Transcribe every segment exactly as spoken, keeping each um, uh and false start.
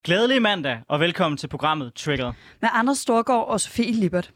Glædelig mandag, og velkommen til programmet Triggered. Med Anders Storgård og Sofie Lippert.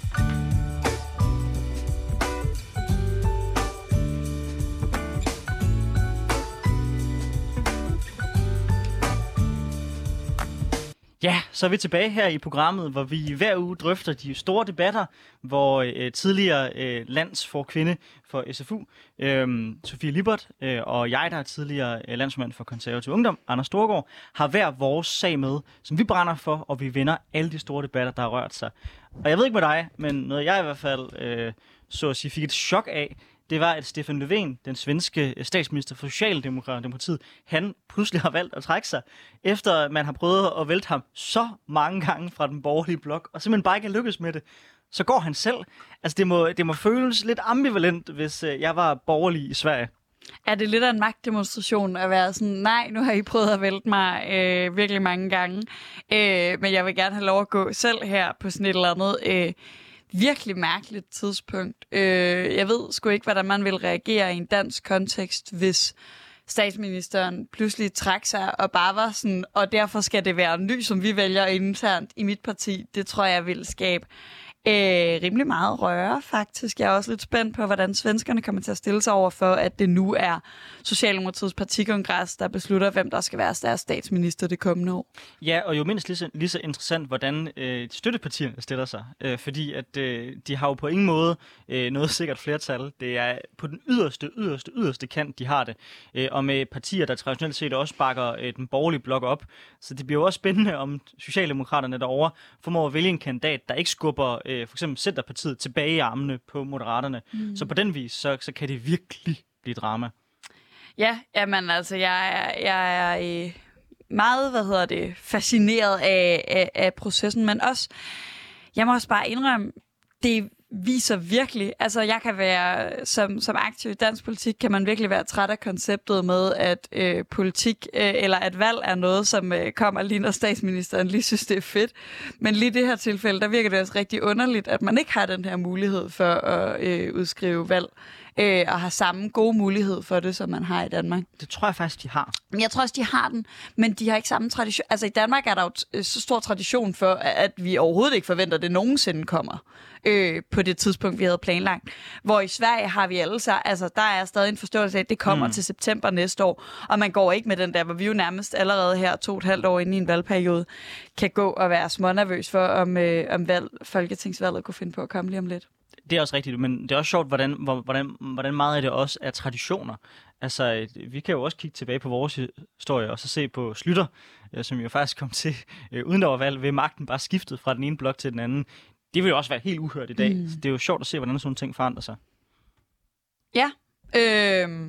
Ja, så er vi tilbage her i programmet, hvor vi hver uge drøfter de store debatter, hvor øh, tidligere øh, landsforkvinde for S F U, øh, Sofie Lippert, øh, og jeg, der er tidligere øh, landsmand for Konservativ Ungdom, Anders Storgård, har hver vores sag med, som vi brænder for, og vi vinder alle de store debatter, der har rørt sig. Og jeg ved ikke med dig, men noget jeg i hvert fald øh, så at sige, fik et chok af, det var, at Stefan Löfven, den svenske statsminister for Socialdemokratiet, han pludselig har valgt at trække sig, efter man har prøvet at vælte ham så mange gange fra den borgerlige blok, og simpelthen bare ikke har lykkes med det. Så går han selv. Altså, det må, det må føles lidt ambivalent, hvis øh, jeg var borgerlig i Sverige. Er det lidt af en magtdemonstration at være sådan, nej, nu har I prøvet at vælte mig øh, virkelig mange gange, øh, men jeg vil gerne have lov at gå selv her på sådan et eller andet øh, virkelig mærkeligt tidspunkt. Øh, jeg ved sgu ikke, hvordan man vil reagere i en dansk kontekst, hvis statsministeren pludselig trak sig og bare var sådan, og derfor skal det være en ny, som vi vælger internt i mit parti. Det tror jeg vil skabe øh, rimelig meget røre, faktisk. Jeg er også lidt spændt på, hvordan svenskerne kommer til at stille sig over for, at det nu er Socialdemokratiets partikongres, der beslutter, hvem der skal være deres statsminister det kommende år. Ja, og jo mindst lige så, lige så interessant, hvordan øh, støttepartierne stiller sig. Øh, fordi at øh, de har jo på ingen måde øh, noget sikkert flertal. Det er på den yderste, yderste, yderste kant, de har det. Øh, og med partier, der traditionelt set også bakker øh, den borgerlige blok op. Så det bliver jo også spændende, om Socialdemokraterne derovre formår at vælge en kandidat, der ikke skubber øh, for eksempel Centerpartiet tilbage i armene på Moderaterne. Mm. Så på den vis, så, så kan det virkelig blive drama. Ja, jamen altså, jeg er, jeg er øh, meget, hvad hedder det, fascineret af, af, af processen, men også, jeg må også bare indrømme, det viser virkelig, altså jeg kan være, som, som aktiv i dansk politik, kan man virkelig være træt af konceptet med, at øh, politik, øh, eller at valg er noget, som øh, kommer lige når statsministeren lige synes, det er fedt. Men lige i det her tilfælde, der virker det også rigtig underligt, at man ikke har den her mulighed for at øh, udskrive valg, øh, og har samme gode mulighed for det, som man har i Danmark. Det tror jeg faktisk, de har. Jeg tror også, de har den, men de har ikke samme tradition. Altså i Danmark er der jo så stor tradition for, at vi overhovedet ikke forventer, at det nogensinde kommer øh, på det tidspunkt, vi havde planlagt. Hvor i Sverige har vi alle så, altså der er stadig en forståelse af, at det kommer mm. til september næste år, og man går ikke med den der, hvor vi jo nærmest allerede her to og et halvt år inde i en valgperiode, kan gå og være smånervøs for, om, øh, om valg, folketingsvalget kunne finde på at komme lige om lidt. Det er også rigtigt, men det er også sjovt, hvordan, hvordan, hvordan meget af det også er traditioner. Altså, vi kan jo også kigge tilbage på vores historie, og så se på Schlüter, som jo faktisk kom til, uden der var valg, ved magten bare skiftet fra den ene blok til den anden. Det vil jo også være helt uhørt i dag. Mm. Så det er jo sjovt at se, hvordan sådan nogle ting forandrer sig. Ja. Øh...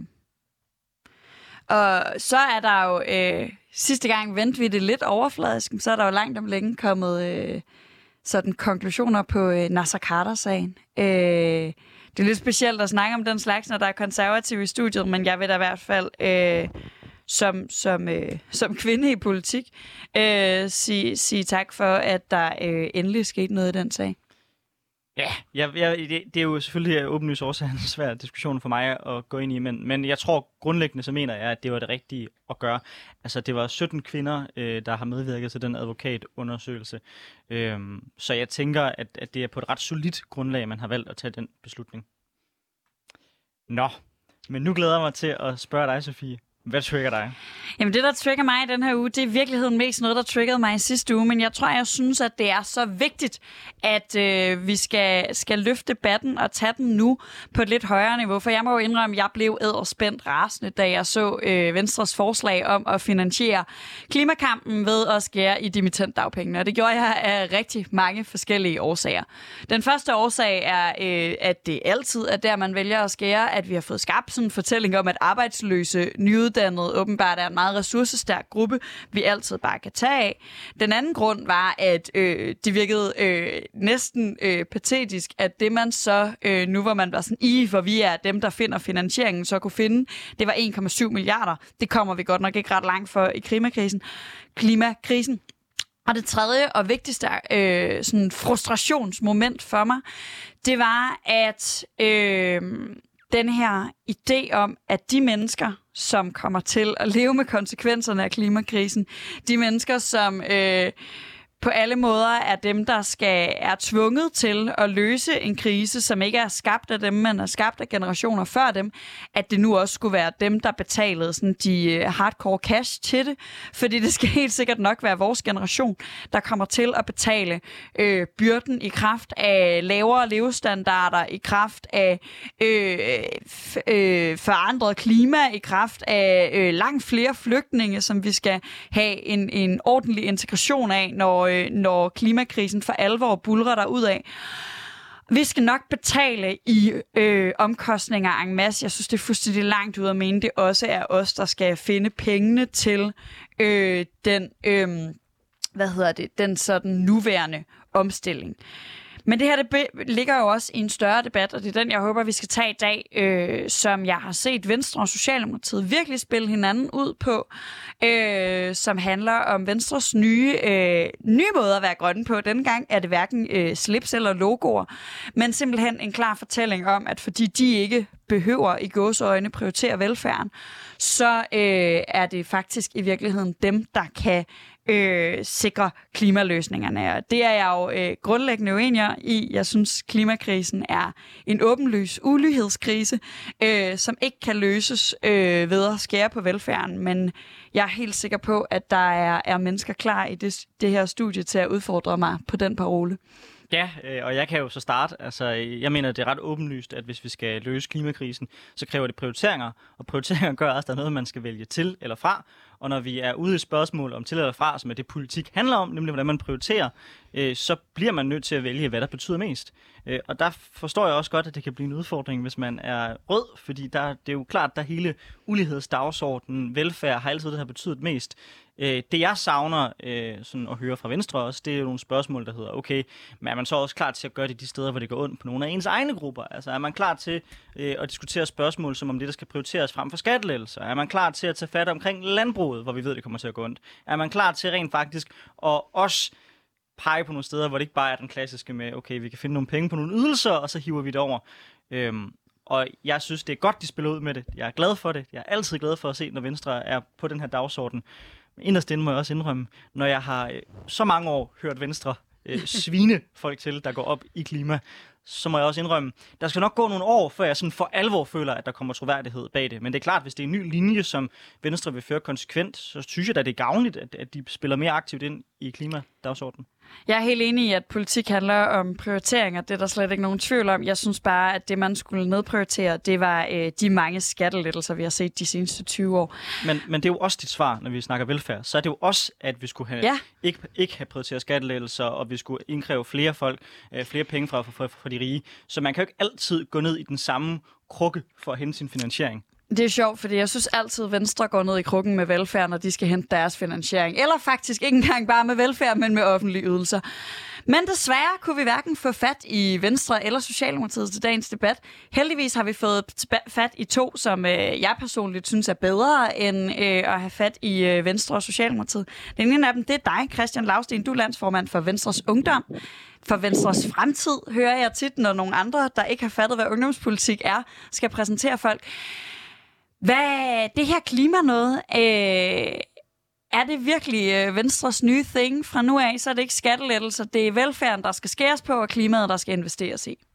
Og så er der jo, øh, sidste gang vendte vi det lidt overfladisk, så er der jo langt om længe kommet øh, sådan konklusioner på øh, Naser Khader-sagen. Øh, det er lidt specielt at snakke om den slags, når der er konservative i studiet, men jeg vil da i hvert fald øh, som, som, øh, som kvinde i politik øh, sige, sige tak for, at der øh, endelig skete noget i den sag. Ja, jeg, jeg, det, det er jo selvfølgelig åbenlyst årsager en svær diskussion for mig at gå ind i, men, men jeg tror grundlæggende, så mener jeg, at det var det rigtige at gøre. Altså, det var sytten kvinder, øh, der har medvirket til den advokatundersøgelse, øhm, så jeg tænker, at, at det er på et ret solidt grundlag, man har valgt at tage den beslutning. Nå, men nu glæder jeg mig til at spørge dig, Sofie. Hvad trigger dig? Jamen det, der trigger mig i den her uge, det er i virkeligheden mest noget, der triggede mig i sidste uge, men jeg tror, jeg synes, at det er så vigtigt, at øh, vi skal, skal løfte debatten og tage den nu på et lidt højere niveau, for jeg må jo indrømme, at jeg blev edderspændt rasende, da jeg så øh, Venstres forslag om at finansiere klimakampen ved at skære i dimittentdagpengene, og det gjorde jeg af rigtig mange forskellige årsager. Den første årsag er, øh, at det altid er der, man vælger at skære, at vi har fået skabt sådan en fortælling om, at arbejdsløse nyuddannede åbenbart er en meget ressourcestærk gruppe, vi altid bare kan tage af. Den anden grund var, at øh, det virkede øh, næsten øh, patetisk, at det man så, øh, nu hvor man var sådan, i, for vi er dem, der finder finansieringen, så kunne finde, det var en komma syv milliarder. Det kommer vi godt nok ikke ret langt for i klimakrisen. klimakrisen. Og det tredje og vigtigste øh, sådan frustrationsmoment for mig, det var, at øh, den her idé om, at de mennesker, som kommer til at leve med konsekvenserne af klimakrisen, de mennesker, som øh, på alle måder er dem, der skal er tvunget til at løse en krise, som ikke er skabt af dem, men er skabt af generationer før dem, at det nu også skulle være dem, der betalede sådan de hardcore cash til det, fordi det skal helt sikkert nok være vores generation, der kommer til at betale øh, byrden i kraft af lavere levestandarder, i kraft af øh, f- øh, forandret klima, i kraft af øh, langt flere flygtninge, som vi skal have en, en ordentlig integration af, når når klimakrisen for alvor bulrer derudad. Vi skal nok betale i øh, omkostninger en masse. Jeg synes, det er fuldstændig langt ud at mene, det også er os, der skal finde pengene til øh, den, øh, hvad hedder det, den sådan nuværende omstilling. Men det her det be- ligger jo også i en større debat, og det er den, jeg håber, vi skal tage i dag, øh, som jeg har set Venstre og Socialdemokratiet virkelig spille hinanden ud på, øh, som handler om Venstres nye, øh, nye måde at være grønne på. Denne gang er det hverken øh, slips eller logoer, men simpelthen en klar fortælling om, at fordi de ikke behøver i gåseøjne prioritere velfærden, så øh, er det faktisk i virkeligheden dem, der kan Øh, sikre klimaløsningerne. Og det er jeg jo øh, grundlæggende uenig i. Jeg synes, klimakrisen er en åbenlys ulighedskrise, øh, som ikke kan løses øh, ved at skære på velfærden. Men jeg er helt sikker på, at der er, er mennesker klar i det, det her studie til at udfordre mig på den parole. Ja, øh, og jeg kan jo så starte. Altså, jeg mener, det er ret åbenlyst, at hvis vi skal løse klimakrisen, så kræver det prioriteringer, og prioriteringer gør også, at der er noget, man skal vælge til eller fra. Og når vi er ude i spørgsmål om til eller fra, som er det politik handler om, nemlig hvordan man prioriterer, øh, så bliver man nødt til at vælge, hvad der betyder mest. Øh, og der forstår jeg også godt, at det kan blive en udfordring, hvis man er rød, fordi der, det er jo klart, at der hele ulighedsdagsordenen, velfærd har altid det har betydet mest. Øh, det jeg savner øh, sådan at høre fra Venstre også, det er jo nogle spørgsmål, der hedder, okay, men er man så også klar til at gøre det de steder, hvor det går ondt på nogle af ens egne grupper? Altså er man klar til øh, at diskutere spørgsmål som om det, der skal prioriteres frem for skattelettelser? Er man klar til at tage fat omkring landbruget, hvor vi ved, det kommer til at gå ondt? Er man klar til rent faktisk at også pege på nogle steder, hvor det ikke bare er den klassiske med, okay, vi kan finde nogle penge på nogle ydelser, og så hiver vi det over? Øhm, og jeg synes, det er godt, de spiller ud med det. Jeg er glad for det. Jeg er altid glad for at se, når Venstre er på den her dagsorden. Men inderst inde må jeg også indrømme, når jeg har øh, så mange år hørt Venstre øh, svine folk til, der går op i klima, så må jeg også indrømme, der skal nok gå nogle år, før jeg sådan for alvor føler, at der kommer troværdighed bag det. Men det er klart, hvis det er en ny linje, som Venstre vil føre konsekvent, så synes jeg da, det er gavnligt, at, at de spiller mere aktivt ind i klimadagsordenen. Jeg er helt enig i, at politik handler om prioriteringer. Det er der slet ikke nogen tvivl om. Jeg synes bare, at det, man skulle nedprioritere, det var øh, de mange skattelettelser, vi har set de seneste tyve år. Men, men det er jo også dit svar, når vi snakker velfærd. Så er det jo også, at vi skulle have, ja. ikke, ikke have prioriteret skattelettelser, og vi skulle indkræve flere folk, øh, flere penge fra, fra, fra de rige. Så man kan jo ikke altid gå ned i den samme krukke for at hente sin finansiering. Det er sjovt, fordi jeg synes altid, at Venstre går ned i krukken med velfærd, når de skal hente deres finansiering. Eller faktisk ikke engang bare med velfærd, men med offentlige ydelser. Men desværre kunne vi hverken få fat i Venstre eller Socialdemokratiet til dagens debat. Heldigvis har vi fået fat i to, som øh, jeg personligt synes er bedre end øh, at have fat i øh, Venstre og Socialdemokratiet. Den ene af dem, det er dig, Christian Lausten. Du er landsformand for Venstres Ungdom. For Venstres Fremtid hører jeg tit, når nogle andre, der ikke har fattet, hvad ungdomspolitik er, skal præsentere folk. Hvad det her klima noget? Øh, er det virkelig øh, Venstres nye thing fra nu af? Så er det ikke skattelettelser, det er velfærden, der skal skæres på, og klimaet, der skal investeres i.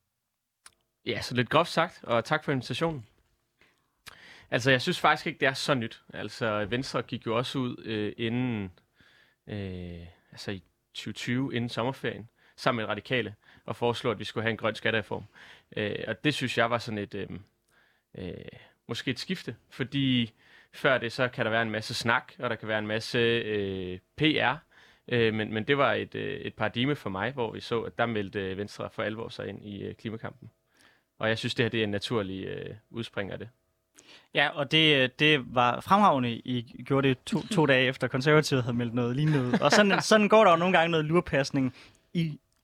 Ja, så lidt groft sagt, og tak for invitationen. Altså, jeg synes faktisk ikke, det er så nyt. Altså, Venstre gik jo også ud øh, inden, øh, altså i tyve tyve, inden sommerferien, sammen med Radikale, og foreslog, at vi skulle have en grøn skattereform. Øh, og det synes jeg var sådan et... Øh, øh, måske et skifte, fordi før det, så kan der være en masse snak, og der kan være en masse øh, P R, øh, men, men det var et, øh, et paradigme for mig, hvor vi så, at der meldte Venstre for alvor sig ind i øh, klimakampen. Og jeg synes, det her det er en naturlig øh, udspring af det. Ja, og det, det var fremragende, I gjorde det to, to dage efter Konservative havde meldt noget lignende ud. Og sådan, sådan går der jo nogle gange noget lurpasning i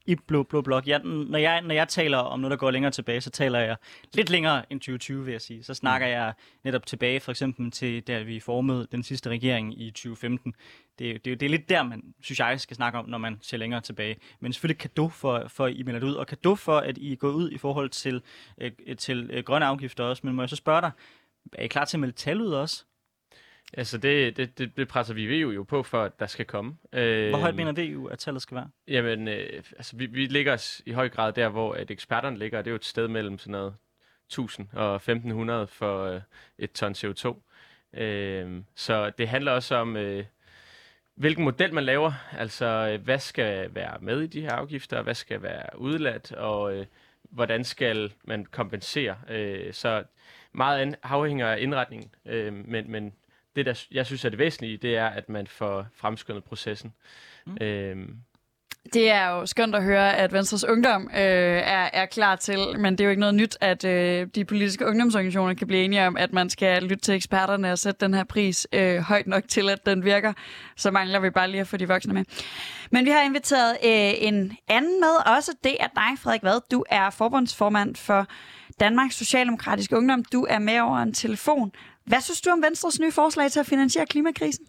i Blå, Blå Blok. Jeg, når, jeg, når jeg taler om noget, der går længere tilbage, så taler jeg lidt længere end tyve tyve, vil jeg sige. Så snakker mm. jeg netop tilbage, for eksempel til, da vi formede den sidste regering i tyve femten. Det, det, det er lidt der, man synes jeg skal snakke om, når man ser længere tilbage. Men selvfølgelig kado for, for at I melder det ud, og kado for, at I går ud i forhold til, øh, til øh, grønne afgifter også. Men må jeg så spørge dig, er I klar til at melde tal ud også? Altså, det, det, det, det presser vi V U jo på, for at der skal komme. Øh, Hvor højt mener V U, at tallet skal være? Jamen, øh, altså, vi, vi ligger os i høj grad der, hvor at eksperterne ligger. Det er jo et sted mellem sådan noget tusind og femten hundrede for øh, et ton C O to. Øh, så det handler også om, øh, hvilken model man laver. Altså, øh, hvad skal være med i de her afgifter, hvad skal være udeladt, og øh, hvordan skal man kompensere. Øh, så meget afhænger af indretningen, øh, men, men det, der jeg synes er det væsentlige, det er, at man får fremskyndet processen. Mm. Øhm. Det er jo skønt at høre, at Venstres Ungdom øh, er, er klar til, men det er jo ikke noget nyt, at øh, de politiske ungdomsorganisationer kan blive enige om, at man skal lytte til eksperterne og sætte den her pris øh, højt nok til, at den virker. Så mangler vi bare lige at få de voksne med. Men vi har inviteret øh, en anden med, også det er dig, Frederik Vad. Du er forbundsformand for Danmarks Socialdemokratiske Ungdom. Du er med over en telefon. Hvad synes du om Venstres nye forslag til at finansiere klimakrisen?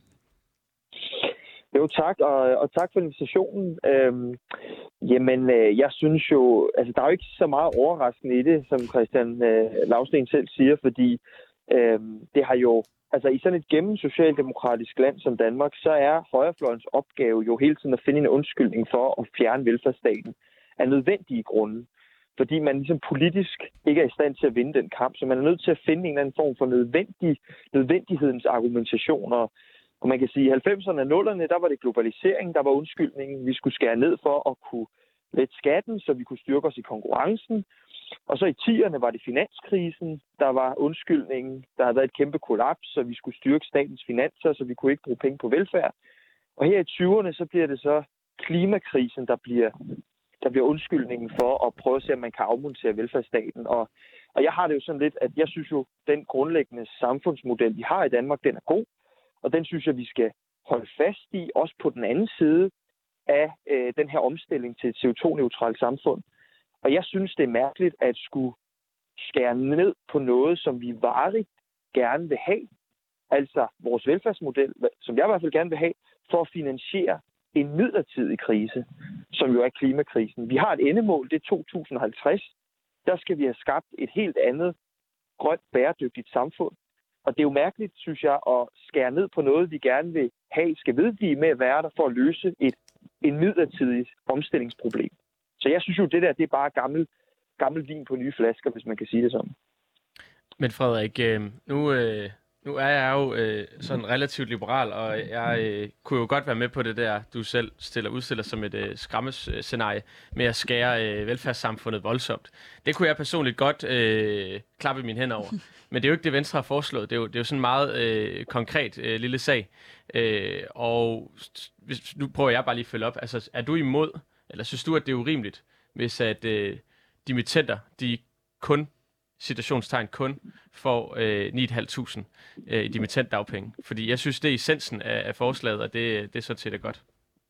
Jo, tak, og, og tak for invitationen. Øhm, jamen, øh, jeg synes jo, altså der er jo ikke så meget overraskende i det, som Christian øh, Lausten selv siger, fordi øh, det har jo, altså i sådan et gennem socialdemokratisk land som Danmark, så er højrefløjens opgave jo hele tiden at finde en undskyldning for at fjerne velfærdsstaten af nødvendige grunde. Fordi man ligesom politisk ikke er i stand til at vinde den kamp, så man er nødt til at finde en eller anden form for nødvendig, nødvendighedens argumentationer. Og man kan sige, at i halvfemserne og nullerne, der var det globalisering, der var undskyldningen. Vi skulle skære ned for at kunne lette skatten, så vi kunne styrke os i konkurrencen. Og så i tierne var det finanskrisen, der var undskyldningen. Der havde været et kæmpe kollaps, så vi skulle styrke statens finanser, så vi kunne ikke bruge penge på velfærd. Og her i tyverne, så bliver det så klimakrisen, der bliver, der bliver undskyldningen for at prøve at se, om man kan afmontere velfærdsstaten. Og, og jeg har det jo sådan lidt, at jeg synes jo, den grundlæggende samfundsmodel, vi har i Danmark, den er god. Og den synes jeg, vi skal holde fast i, også på den anden side af øh, den her omstilling til et C O to neutralt samfund. Og jeg synes, det er mærkeligt at skulle skære ned på noget, som vi varigt gerne vil have. Altså vores velfærdsmodel, som jeg i hvert fald gerne vil have, for at finansiere en midlertidig krise, som jo er klimakrisen. Vi har et endemål, det er to tusind og halvtreds. Der skal vi have skabt et helt andet grønt, bæredygtigt samfund. Og det er jo mærkeligt, synes jeg, at skære ned på noget, vi gerne vil have, skal vedblive med at være der for at løse et, en midlertidig omstillingsproblem. Så jeg synes jo, det der, det er bare gammel, gammel vin på nye flasker, hvis man kan sige det sådan. Men Frederik, nu, nu er jeg jo sådan relativt liberal, og jeg kunne jo godt være med på det der, du selv stiller, udstiller som et skræmmescenarie med at skære velfærdssamfundet voldsomt. Det kunne jeg personligt godt øh, klappe mine hænder over. Men det er jo ikke det, Venstre har foreslået. Det er jo, det er jo sådan en meget øh, konkret øh, lille sag. Øh, og hvis, nu prøver jeg bare lige at følge op. Altså, er du imod, eller synes du, at det er urimeligt, hvis at øh, dimittenter, de kun, citationstegn kun, får øh, ni tusind fem hundrede øh, i dimittentdagpenge? Fordi jeg synes, det er essensen af, af forslaget, og det, det er sådan set er godt.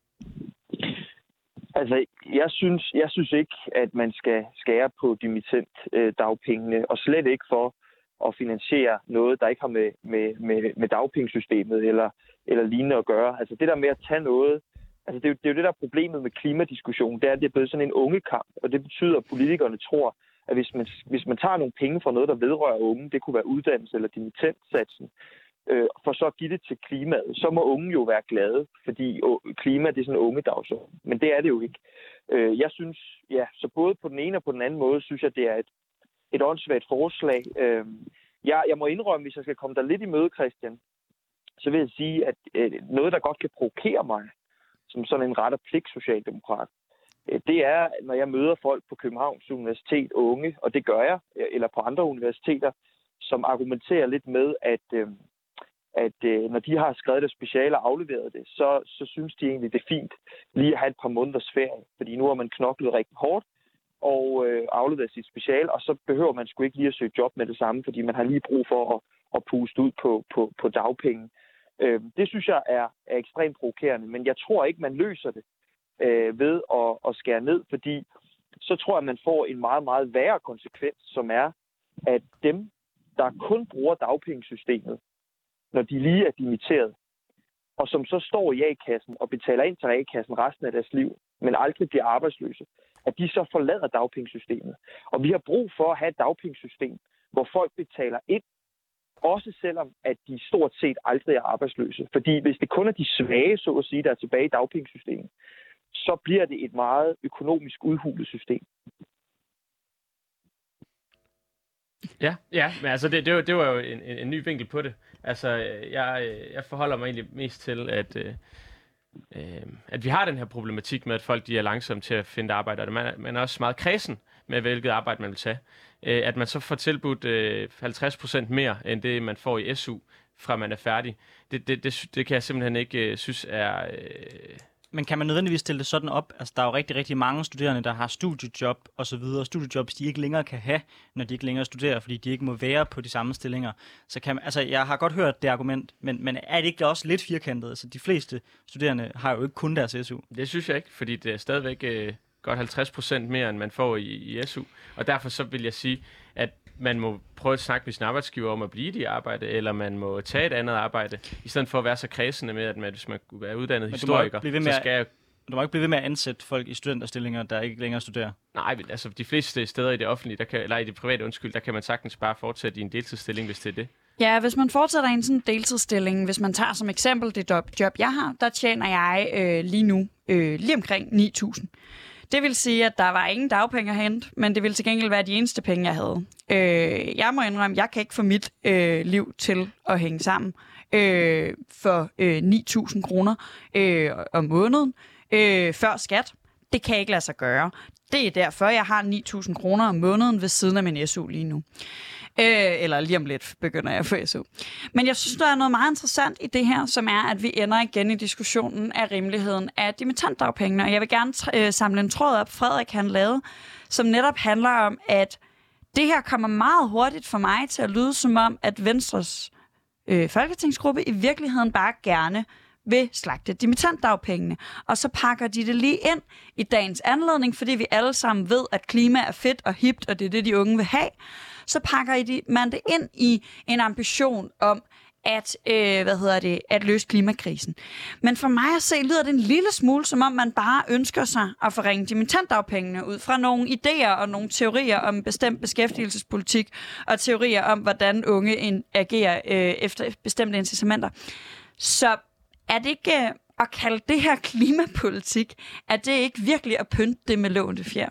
Altså, jeg synes, jeg synes ikke, at man skal skære på dimittentdagpengene, og slet ikke for at finansiere noget, der ikke har med, med, med, med dagpengesystemet eller, eller lignende at gøre. Altså det der med at tage noget, altså det er, jo, det er jo det, der er problemet med klimadiskussion, det er, at det er blevet sådan en ungekamp, og det betyder, at politikerne tror, at hvis man, hvis man tager nogle penge fra noget, der vedrører unge, det kunne være uddannelse eller dimittentsatsen, øh, for så at give det til klimaet, så må unge jo være glade, fordi klima det er sådan en unge dagsorden. Men det er det jo ikke. Øh, jeg synes, ja, så både på den ene og på den anden måde, synes jeg, det er et et åndssvagt forslag. Øh, jeg, jeg må indrømme, hvis jeg skal komme der lidt i møde, Christian, så vil jeg sige, at øh, noget, der godt kan provokere mig, som sådan en ret og pligt socialdemokrat, øh, det er, når jeg møder folk på Københavns Universitet, unge, og det gør jeg, eller på andre universiteter, som argumenterer lidt med, at, øh, at øh, når de har skrevet det speciale og afleveret det, så, så synes de egentlig, det er fint lige at have et par måneders ferie, fordi nu har man knoklet rigtig hårdt, og øh, afleveret sit speciale, og så behøver man sgu ikke lige at søge job med det samme, fordi man har lige brug for at, at puste ud på, på, på dagpenge. Øh, det synes jeg er, er ekstremt provokerende, men jeg tror ikke, man løser det øh, ved at, at skære ned, fordi så tror jeg, at man får en meget, meget værre konsekvens, som er, at dem, der kun bruger dagpengesystemet, når de lige er dimitteret, og som så står i A-kassen og betaler ind til A-kassen resten af deres liv, men aldrig bliver arbejdsløse, at de så forlader dagpengesystemet. Og vi har brug for at have et dagpengesystem, hvor folk betaler ind, også selvom at de stort set aldrig er arbejdsløse. Fordi hvis det kun er de svage, så at sige, der er tilbage i dagpengesystemet, så bliver det et meget økonomisk udhulet system. Ja, ja, men altså det, det, var, det var jo en, en, en ny vinkel på det. Altså, jeg, jeg forholder mig egentlig mest til, at, øh, at vi har den her problematik med, at folk de er langsomme til at finde arbejde, og man, man er også meget kredsen med, hvilket arbejde man vil tage. Øh, at man så får tilbudt øh, halvtreds procent mere, end det man får i S U, fra man er færdig. Det, det, det, det kan jeg simpelthen ikke øh, synes er... Øh, Men kan man nødvendigvis stille det sådan op? Altså, der er jo rigtig, rigtig mange studerende, der har studiejob og så videre. Studiejobs, de ikke længere kan have, når de ikke længere studerer, fordi de ikke må være på de samme stillinger. Så kan man, altså, jeg har godt hørt det argument, men, men er det ikke også lidt firkantet? Altså, de fleste studerende har jo ikke kun deres S U. Det synes jeg ikke, fordi det er stadigvæk øh, godt halvtreds procent mere, end man får i, i S U. Og derfor så vil jeg sige, at man må prøve at snakke med sin arbejdsgiver om at blive i arbejde, eller man må tage et andet arbejde, i stedet for at være så kredsende med, at man, hvis man er uddannet men historiker, så skal jeg... Du må ikke blive ved med at ansætte folk i studenterstillinger, der ikke længere studerer. Nej, men altså de fleste steder i det offentlige, der kan, eller i det private undskyld, der kan man sagtens bare fortsætte i en deltidsstilling, hvis det er det. Ja, hvis man fortsætter i en sådan deltidsstilling, hvis man tager som eksempel det job, jeg har, der tjener jeg øh, lige nu øh, lige omkring ni tusind. Det vil sige, at der var ingen dagpenge at hente, men det ville til gengæld være de eneste penge, jeg havde. Øh, jeg må indrømme, jeg kan ikke få mit øh, liv til at hænge sammen øh, for øh, ni tusind kroner øh, om måneden øh, før skat. Det kan ikke lade sig gøre. Det er derfor, jeg har ni tusind kroner om måneden ved siden af min S U lige nu. Øh, eller lige om lidt begynder jeg at få S U. Men jeg synes, der er noget meget interessant i det her, som er, at vi ender igen i diskussionen af rimeligheden af dimittentdagpengene. Og jeg vil gerne øh, samle en tråd op, Frederik han lavede, som netop handler om, at det her kommer meget hurtigt for mig til at lyde som om, at Venstres øh, folketingsgruppe i virkeligheden bare gerne vil slagte dimittentdagpengene. Og så pakker de det lige ind i dagens anledning, fordi vi alle sammen ved, at klima er fedt og hipt, og det er det, de unge vil have. Så pakker man det ind i en ambition om at, øh, hvad hedder det, at løse klimakrisen. Men for mig at se, lyder det en lille smule, som om man bare ønsker sig at forringe dimittentdagpengene ud fra nogle idéer og nogle teorier om bestemt beskæftigelsespolitik og teorier om, hvordan unge agerer øh, efter bestemte incitamenter. Så er det ikke øh, at kalde det her klimapolitik, er det ikke virkelig at pynte det med lånte fjer?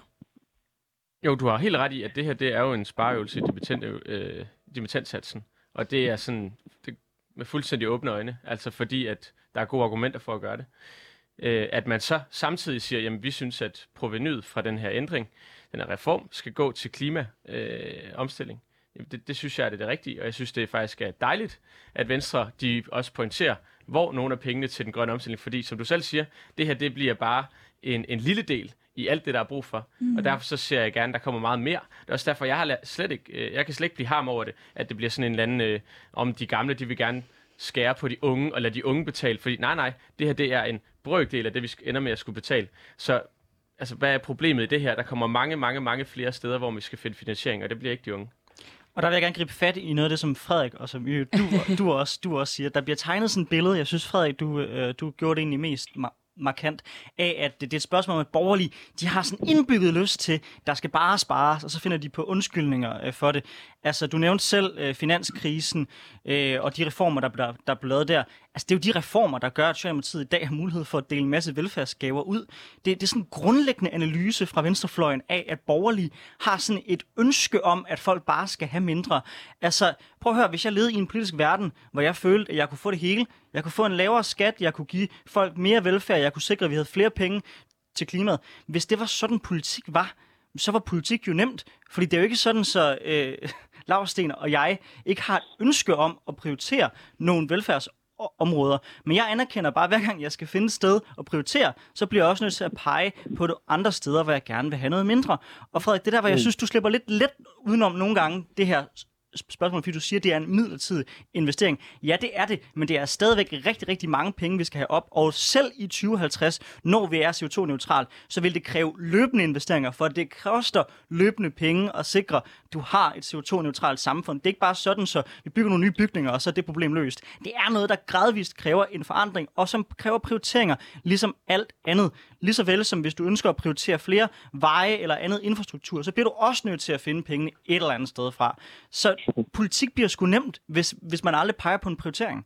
Jo, du har helt ret i, at det her det er jo en spareøvelse i dimitent, øh, dimittentsatsen. Og det er sådan det, med fuldstændig åbne øjne, altså fordi, at der er gode argumenter for at gøre det. Øh, at man så samtidig siger, jamen vi synes, at provenyet fra den her ændring, den her reform, skal gå til klimaomstilling. Øh, det, det synes jeg er det, det rigtige, og jeg synes, det faktisk er dejligt, at Venstre de også pointerer, hvor nogle af pengene til den grønne omstilling, fordi som du selv siger, det her det bliver bare en, en lille del i alt det, der er brug for. Mm. Og derfor så ser jeg gerne, at der kommer meget mere. Det er også derfor, jeg har slet ikke, jeg kan slet ikke blive harm over det, at det bliver sådan en eller anden, øh, om de gamle, de vil gerne skære på de unge, og lade de unge betale. Fordi nej, nej, det her det er en brøkdel af det, vi ender med at skulle betale. Så altså, hvad er problemet i det her? Der kommer mange, mange, mange flere steder, hvor vi skal finde finansiering, og det bliver ikke de unge. Og der vil jeg gerne gribe fat i noget af det, som Frederik og som du, du, også, du også siger. Der bliver tegnet sådan et billede, jeg synes, Frederik, du, øh, du gjorde det egentlig mest markant, af at det er et spørgsmål om, at borgerlige, de har sådan indbygget lyst til, der skal bare spares, og så finder de på undskyldninger øh, for det. Altså, du nævnte selv øh, finanskrisen øh, og de reformer, der, der, der blev lavet der. Altså, det er jo de reformer, der gør, at Socialdemokratiet i dag har mulighed for at dele en masse velfærdsgaver ud. Det, det er sådan en grundlæggende analyse fra venstrefløjen af, at borgerlige har sådan et ønske om, at folk bare skal have mindre. Altså, prøv at høre, hvis jeg levede i en politisk verden, hvor jeg følte, at jeg kunne få det hele, jeg kunne få en lavere skat, jeg kunne give folk mere velfærd, jeg kunne sikre, at vi havde flere penge til klimaet. Hvis det var sådan, politik var, så var politik jo nemt. Fordi det er jo ikke sådan, så øh, Lausten og jeg ikke har et ønske om at prioritere nogle velfærdsområder. Men jeg anerkender bare, hver gang jeg skal finde et sted at prioritere, så bliver jeg også nødt til at pege på de andre steder, hvor jeg gerne vil have noget mindre. Og Frederik, det der, hvor jeg synes, du slipper lidt let udenom nogle gange, det her spørgsmål, fordi du siger, at det er en midlertidig investering. Ja, det er det, men det er stadigvæk rigtig, rigtig mange penge, vi skal have op. Og selv i tyve halvtreds, når vi er C O to neutral, så vil det kræve løbende investeringer, for det koster løbende penge at sikre, at du har et C O to neutralt samfund. Det er ikke bare sådan, så vi bygger nogle nye bygninger, og så er det problem løst. Det er noget, der gradvist kræver en forandring, og som kræver prioriteringer, ligesom alt andet. Lige så vel som hvis du ønsker at prioritere flere veje eller andet infrastruktur, så bliver du også nødt til at finde pengene et eller andet sted fra. Så politik bliver sgu nemt, hvis, hvis man aldrig peger på en prioritering.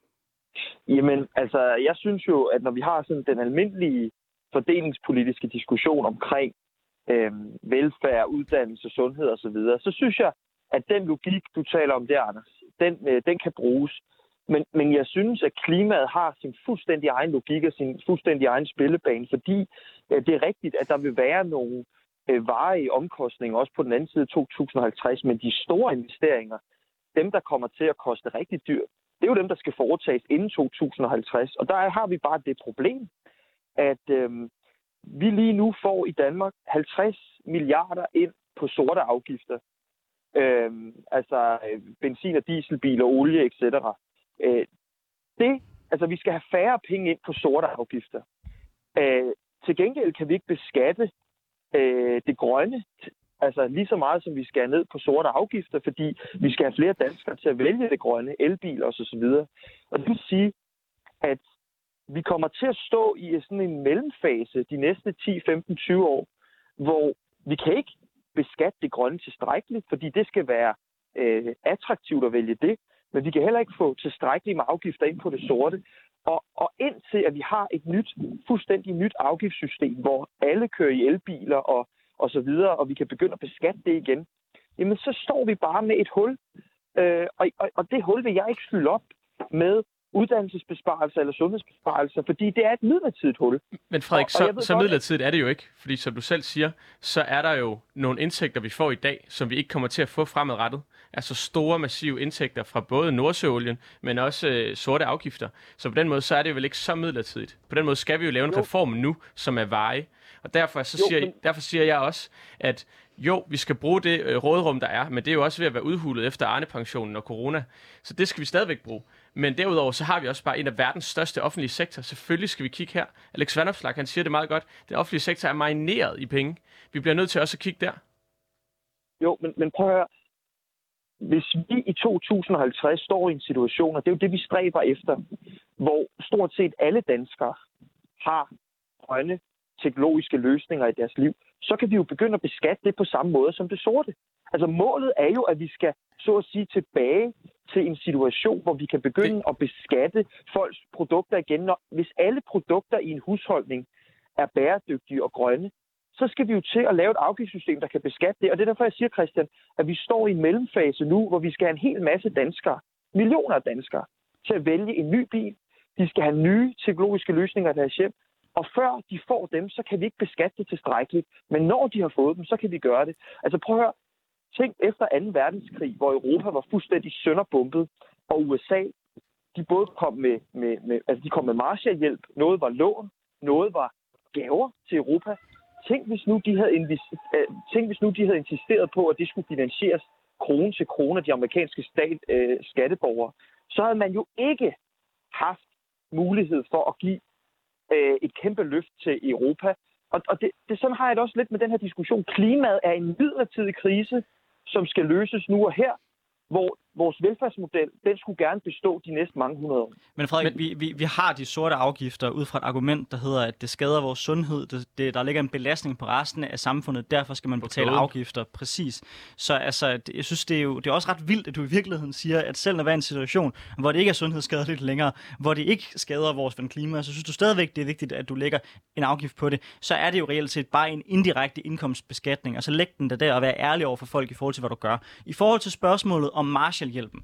Jamen, altså, jeg synes jo, at når vi har sådan den almindelige fordelingspolitiske diskussion omkring øh, velfærd, uddannelse, sundhed osv., så, så synes jeg, at den logik, du taler om der, Anders, den, øh, den kan bruges. Men, men jeg synes, at klimaet har sin fuldstændig egen logik og sin fuldstændig egen spillebane, fordi øh, det er rigtigt, at der vil være nogle øh, varige omkostninger, også på den anden side af to tusind og halvtreds, men de store investeringer, dem, der kommer til at koste rigtig dyrt, det er jo dem, der skal foretages inden to tusind og halvtreds. Og der har vi bare det problem, at øh, vi lige nu får i Danmark halvtreds milliarder ind på sorte afgifter. Øh, altså øh, benzin- og dieselbiler, olie, et cetera. Øh, det, altså vi skal have færre penge ind på sorte afgifter. Øh, til gengæld kan vi ikke beskatte øh, det grønne, altså lige så meget som vi skal ned på sorte afgifter, fordi vi skal have flere danskere til at vælge det grønne, elbiler og så videre. Og det vil sige, at vi kommer til at stå i sådan en mellemfase de næste ti, femten, tyve år, hvor vi kan ikke beskatte det grønne tilstrækkeligt, fordi det skal være øh, attraktivt at vælge det, men vi kan heller ikke få tilstrækkeligt med afgifter ind på det sorte. Og, og indtil at vi har et nyt, fuldstændig nyt afgiftssystem, hvor alle kører i elbiler og, og så videre, og vi kan begynde at beskatte det igen, jamen så står vi bare med et hul. Øh, og, og, og det hul vil jeg ikke fylde op med uddannelsesbesparelser eller sundhedsbesparelser, fordi det er et midlertidigt hul. Men Frederik, og, og så, så midlertidigt er det jo ikke, fordi som du selv siger, så er der jo nogle indtægter, vi får i dag, som vi ikke kommer til at få fremadrettet. Altså store, massive indtægter fra både Nordsøolien, men også øh, sorte afgifter. Så på den måde, så er det vel ikke så midlertidigt. På den måde skal vi jo lave en jo. reform nu, som er varig. Og derfor, så jo, siger, men... derfor siger jeg også, at jo, vi skal bruge det øh, råderum, der er, men det er jo også ved at være udhulet efter Arne-pensionen og corona. Så det skal vi stadigvæk bruge. Men derudover, så har vi også bare en af verdens største offentlige sektor. Selvfølgelig skal vi kigge her. Alex Vanopslagh, han siger det meget godt. Den offentlige sektor er marineret i penge. Vi bliver nødt til også at kigge der. Jo, men, men prøv at høre. Hvis vi i to tusind og halvtreds står i en situation, og det er jo det, vi stræber efter, hvor stort set alle danskere har grønne teknologiske løsninger i deres liv, så kan vi jo begynde at beskatte det på samme måde som det sorte. Altså målet er jo, at vi skal så at sige tilbage til en situation, hvor vi kan begynde at beskatte folks produkter igen. Når, hvis alle produkter i en husholdning er bæredygtige og grønne, så skal vi jo til at lave et afgiftssystem, der kan beskatte det. Og det er derfor, jeg siger, Christian, at vi står i en mellemfase nu, hvor vi skal have en hel masse danskere, millioner af danskere, til at vælge en ny bil. De skal have nye teknologiske løsninger i deres hjem. Og før de får dem, så kan vi ikke beskatte det tilstrækkeligt. Men når de har fået dem, så kan vi gøre det. Altså prøv at høre. Tænk efter anden verdenskrig, hvor Europa var fuldstændig sønderbumpet, og U S A, de både kom med, med, med, altså de kom med Marshallhjælp, noget var lån, noget var gaver til Europa. Tænk hvis nu de havde, invis- tænk, hvis nu de havde insisteret på, at det skulle finansieres krone til krone af de amerikanske stat, øh, skatteborgere, så havde man jo ikke haft mulighed for at give øh, et kæmpe løft til Europa. Og, og det, det sådan har jeg det også lidt med den her diskussion. Klimaet er en midlertidig krise, som skal løses nu og her, hvor vores velfærdsmodel, den skulle gerne bestå de næste mange hundrede år. Men Frederik, Men... Vi, vi, vi har de sorte afgifter ud fra et argument, der hedder, at det skader vores sundhed. Det, det, der ligger en belastning på resten af samfundet, derfor skal man betale okay. afgifter. Præcis. Så altså, det, jeg synes, det er jo det er også ret vildt, at du i virkeligheden siger, at selv når vi er i en situation, hvor det ikke er sundhedsskadeligt længere, hvor det ikke skader vores klima, så synes du stadigvæk, det er vigtigt, at du lægger en afgift på det. Så er det jo reelt set bare en indirekte indkomstbeskatning, og så læg den der der og være ærlig over for folk i forhold til, hvad du gør. I forhold til spørgsmålet om Marshallhjælpen.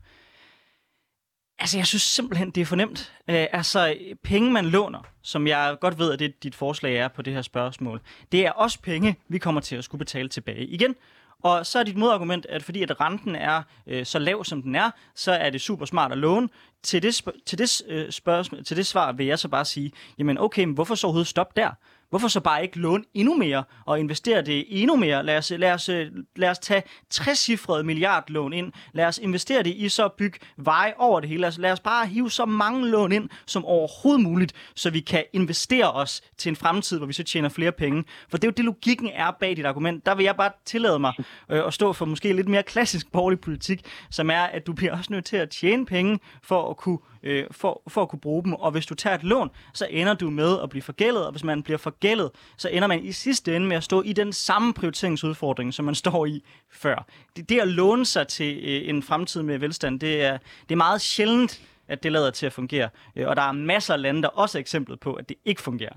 Altså, jeg synes simpelthen, det er fornemt. Øh, altså, penge, man låner, som jeg godt ved, at det dit forslag er på det her spørgsmål, det er også penge, vi kommer til at skulle betale tilbage igen. Og så er dit modargument, at fordi at renten er øh, så lav, som den er, så er det super smart at låne. til det, sp- til, det, øh, spørgsmål, til det svar vil jeg så bare sige, jamen okay, men hvorfor så overhovedet stoppe der? Hvorfor så bare ikke låne endnu mere og investere det endnu mere? Lad os, lad os, lad os tage trecifrede milliardlån ind. Lad os investere det i så at bygge veje over det hele. Lad os, lad os bare hive så mange lån ind som overhovedet muligt, så vi kan investere os til en fremtid, hvor vi så tjener flere penge. For det er jo det, logikken er bag dit argument. Der vil jeg bare tillade mig øh, at stå for måske lidt mere klassisk borgerlig politik, som er, at du bliver også nødt til at tjene penge for at kunne Øh, for, for at kunne bruge dem. Og hvis du tager et lån, så ender du med at blive forgældet, og hvis man bliver forgældet, så ender man i sidste ende med at stå i den samme prioriteringsudfordring, som man står i før. Det, det at låne sig til øh, en fremtid med velstand, det er, det er meget sjældent, at det lader til at fungere. Øh, og der er masser af lande, der også er eksempler på, at det ikke fungerer.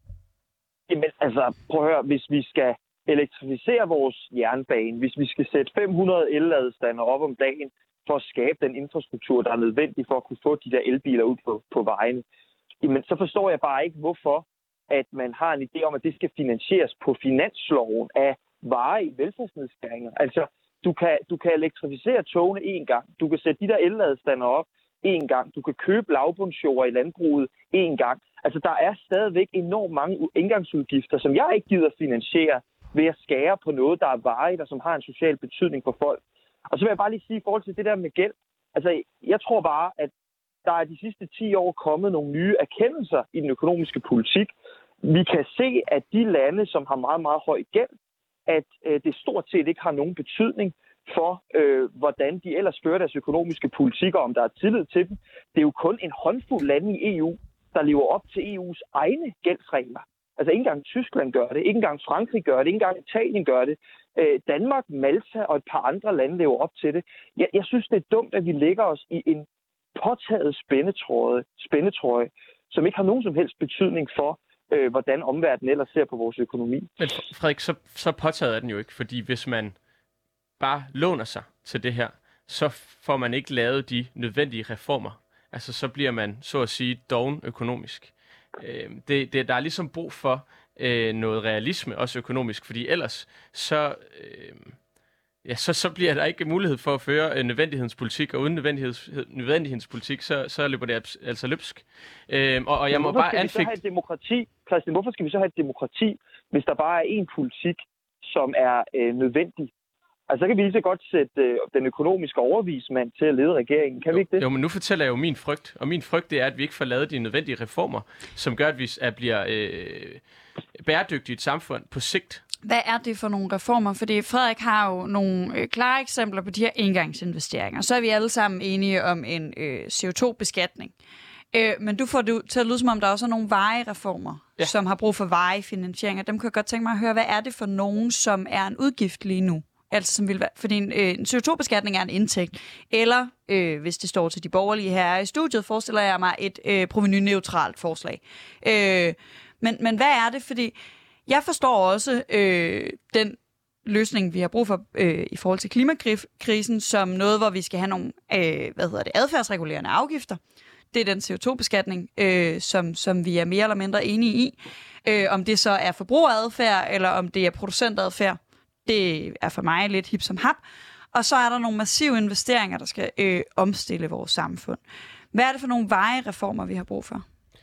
Jamen, altså, prøv at høre, hvis vi skal elektrificere vores jernbane, hvis vi skal sætte fem hundrede elladestander op om dagen, for at skabe den infrastruktur, der er nødvendig for at kunne få de der elbiler ud på, på vejene. Jamen, så forstår jeg bare ikke, hvorfor at man har en idé om, at det skal finansieres på finansloven af varige velfærdsnedskæringer. Altså, du kan, du kan elektrificere togene én gang. Du kan sætte de der elladestander op én gang. Du kan købe lavbundsjord i landbruget én gang. Altså, der er stadigvæk enormt mange indgangsudgifter, som jeg ikke gider finansiere ved at skære på noget, der er varigt og som har en social betydning for folk. Og så vil jeg bare lige sige i forhold til det der med gæld. Altså, jeg tror bare, at der er de sidste ti år kommet nogle nye erkendelser i den økonomiske politik. Vi kan se, at de lande, som har meget, meget høj gæld, at øh, det stort set ikke har nogen betydning for, øh, hvordan de ellers fører deres økonomiske politikker, om der er tillid til dem. Det er jo kun en håndfuld lande i E U, der lever op til E U's egne gældsregler. Altså ikke engang Tyskland gør det, ikke engang Frankrig gør det, ikke engang Italien gør det. Øh, Danmark, Malta og et par andre lande lever op til det. Jeg, jeg synes, det er dumt, at vi lægger os i en påtaget spændetrøje, spændetrøje, som ikke har nogen som helst betydning for, øh, hvordan omverdenen ellers ser på vores økonomi. Men Frederik, så, så påtaget er den jo ikke, fordi hvis man bare låner sig til det her, så får man ikke lavet de nødvendige reformer. Altså så bliver man, så at sige, doven økonomisk. Øh, det, det, der er ligesom brug for øh, noget realisme, også økonomisk, fordi ellers så, øh, ja, så, så bliver der ikke mulighed for at føre øh, nødvendighedens politik, og uden nødvendigheds, nødvendighedens politik, så, så løber det altså løbsk. Øh, og, og jeg må bare anfægte... Hvorfor skal vi så have et demokrati, Christian, hvorfor skal vi så have et demokrati, hvis der bare er én politik, som er øh, nødvendig? Altså, så kan vi lige så godt sætte øh, den økonomiske overvismand til at lede regeringen. Kan jo, vi ikke det? Jo, men nu fortæller jeg jo min frygt. Og min frygt det er, at vi ikke får lavet de nødvendige reformer, som gør, at vi er, bliver øh, bæredygtige et samfund på sigt. Hvad er det for nogle reformer? Fordi Frederik har jo nogle øh, klare eksempler på de her engangsinvesteringer. Så er vi alle sammen enige om en øh, C O to beskatning. Øh, men du får det til at lyde, som om der også er nogle varige reformer, ja, som har brug for varige finansieringer. Dem kan jeg godt tænke mig at høre, hvad er det for nogen, som er en udgift lige nu? Altså, som vil være, fordi en, øh, en C O to beskatning er en indtægt. Eller, øh, hvis det står til de borgerlige her i studiet, forestiller jeg mig et øh, provenuneutralt forslag. Øh, men, men hvad er det? Fordi jeg forstår også øh, den løsning, vi har brug for øh, i forhold til klimakrisen, som noget, hvor vi skal have nogle øh, hvad hedder det, adfærdsregulerende afgifter. Det er den C O to beskatning, øh, som, som vi er mere eller mindre enige i. Øh, om det så er forbrugeradfærd, eller om det er producentadfærd. Det er for mig lidt hip som hap. Og så er der nogle massive investeringer, der skal øh, omstille vores samfund. Hvad er det for nogle veje reformer, vi har brug for?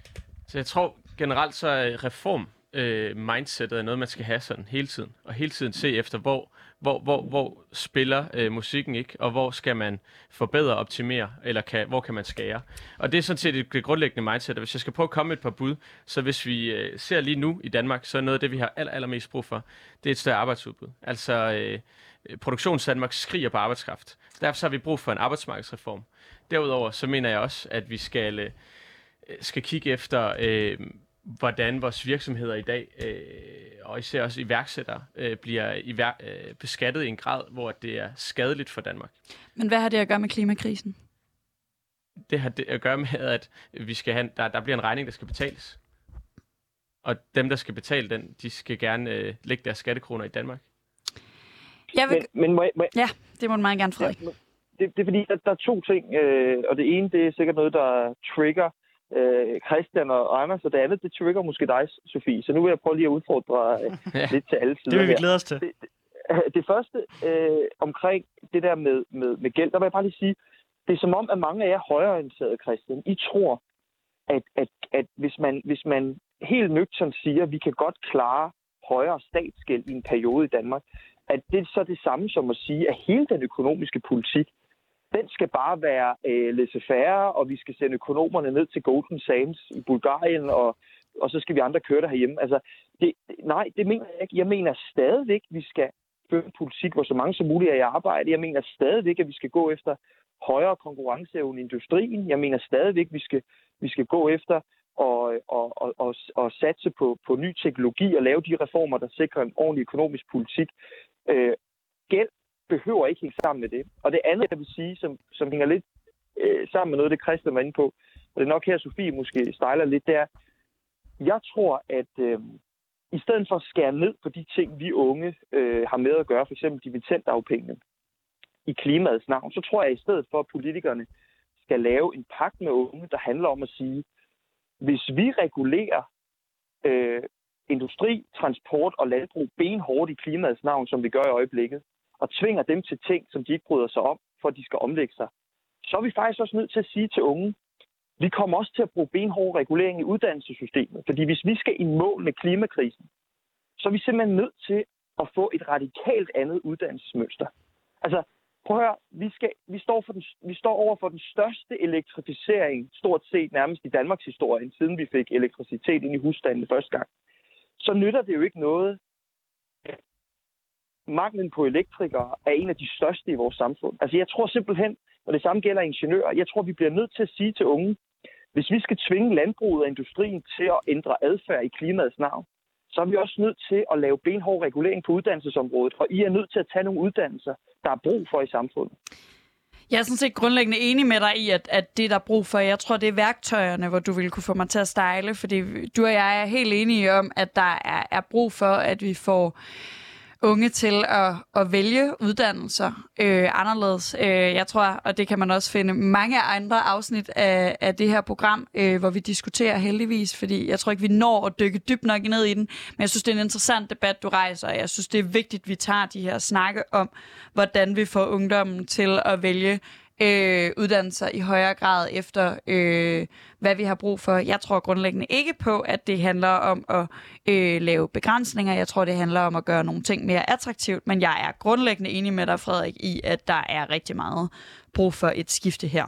Så jeg tror generelt, så er reform øh, mindsetet er noget, man skal have sådan hele tiden. Og hele tiden se efter, hvor, hvor, hvor, hvor spiller øh, musikken ikke, og hvor skal man forbedre, optimere, eller kan, hvor kan man skære. Og det er sådan set det grundlæggende mindset. Og hvis jeg skal prøve at komme med et par bud, så hvis vi øh, ser lige nu i Danmark, så er noget af det, vi har aller, allermest brug for, det er et større arbejdsudbud. Altså øh, produktionsdanmark skriger på arbejdskraft. Derfor så har vi brug for en arbejdsmarkedsreform. Derudover så mener jeg også, at vi skal, øh, skal kigge efter... Øh, hvordan vores virksomheder i dag, øh, og især også iværksættere, øh, bliver ivær- øh, beskattet i en grad, hvor det er skadeligt for Danmark. Men hvad har det at gøre med klimakrisen? Det har det at gøre med, at vi skal have, der, der bliver en regning, der skal betales. Og dem, der skal betale den, de skal gerne øh, lægge deres skattekroner i Danmark. Jeg vil... Men, men må jeg, må jeg... Ja, det må du meget gerne, Frederik. Ja, det, det er fordi, der, der er to ting, øh, og det ene, det er sikkert noget, der trigger Øh, Christian og Anders, og det andet, det trigger måske dig, Sofie. Så nu vil jeg prøve lige at udfordre øh, ja. lidt til alle sider. Det vil vi glæde os til. Det, det, det første øh, omkring det der med, med, med gæld, der vil jeg bare lige sige, det er som om, at mange af jer højreorienterede, Christian, I tror, at, at, at hvis, man, hvis man helt nøgternt siger, at vi kan godt klare højere statsgæld i en periode i Danmark, at det er så det samme som at sige, at hele den økonomiske politik, den skal bare være øh, laissez-faire, og vi skal sende økonomerne ned til Goldman Sachs i Bulgarien, og, og så skal vi andre køre der herhjemme. Altså, det, nej, det mener jeg ikke. Jeg mener stadigvæk, at vi skal føre en politik, hvor så mange som muligt er i arbejde. Jeg mener stadigvæk, at vi skal gå efter højere konkurrenceevne i industrien. Jeg mener stadigvæk, at vi skal, vi skal gå efter og, og, og, og, og satse på, på ny teknologi og lave de reformer, der sikrer en ordentlig økonomisk politik. Øh, gæld behøver ikke hænge sammen med det. Og det andet, jeg vil sige, som, som hænger lidt øh, sammen med noget, det Christian var inde på, og det er nok her, Sofie måske stejler lidt, det er, jeg tror, at øh, i stedet for at skære ned på de ting, vi unge øh, har med at gøre, f.eks. dividendafpengene i klimaets navn, så tror jeg i stedet for, at politikerne skal lave en pagt med unge, der handler om at sige, hvis vi regulerer øh, industri, transport og landbrug benhårdt i klimaets navn, som vi gør i øjeblikket, og tvinger dem til ting, som de ikke bryder sig om, for at de skal omlægge sig, så er vi faktisk også nødt til at sige til unge, vi kommer også til at bruge benhård regulering i uddannelsessystemet. Fordi hvis vi skal i mål med klimakrisen, så er vi simpelthen nødt til at få et radikalt andet uddannelsesmønster. Altså, prøv at høre, vi, skal, vi, står, for den, vi står over for den største elektrificering, stort set nærmest i Danmarks historie, siden vi fik elektricitet ind i husstandene første gang. Så nytter det jo ikke noget. Manglen på elektrikere er en af de største i vores samfund. Altså, jeg tror simpelthen, og det samme gælder ingeniører, jeg tror, vi bliver nødt til at sige til unge, hvis vi skal tvinge landbruget og industrien til at ændre adfærd i klimaets navn, så er vi også nødt til at lave benhård regulering på uddannelsesområdet, og I er nødt til at tage nogle uddannelser, der er brug for i samfundet. Jeg er sådan set grundlæggende enig med dig i, at, at det, der er brug for, jeg tror, det er værktøjerne, hvor du vil kunne få mig til at stejle, fordi du og jeg er helt enige om, at der er, er brug for, at vi får unge til at, at vælge uddannelser øh, anderledes. Øh, jeg tror, og det kan man også finde mange andre afsnit af, af det her program, øh, hvor vi diskuterer heldigvis, fordi jeg tror ikke, vi når at dykke dybt nok ned i den, men jeg synes, det er en interessant debat, du rejser, og jeg synes, det er vigtigt, at vi tager de her snakke om, hvordan vi får ungdommen til at vælge øh, uddannelser i højere grad efter, øh, hvad vi har brug for. Jeg tror grundlæggende ikke på, at det handler om at øh, lave begrænsninger. Jeg tror, det handler om at gøre nogle ting mere attraktivt, men jeg er grundlæggende enig med dig, Frederik, i, at der er rigtig meget brug for et skifte her.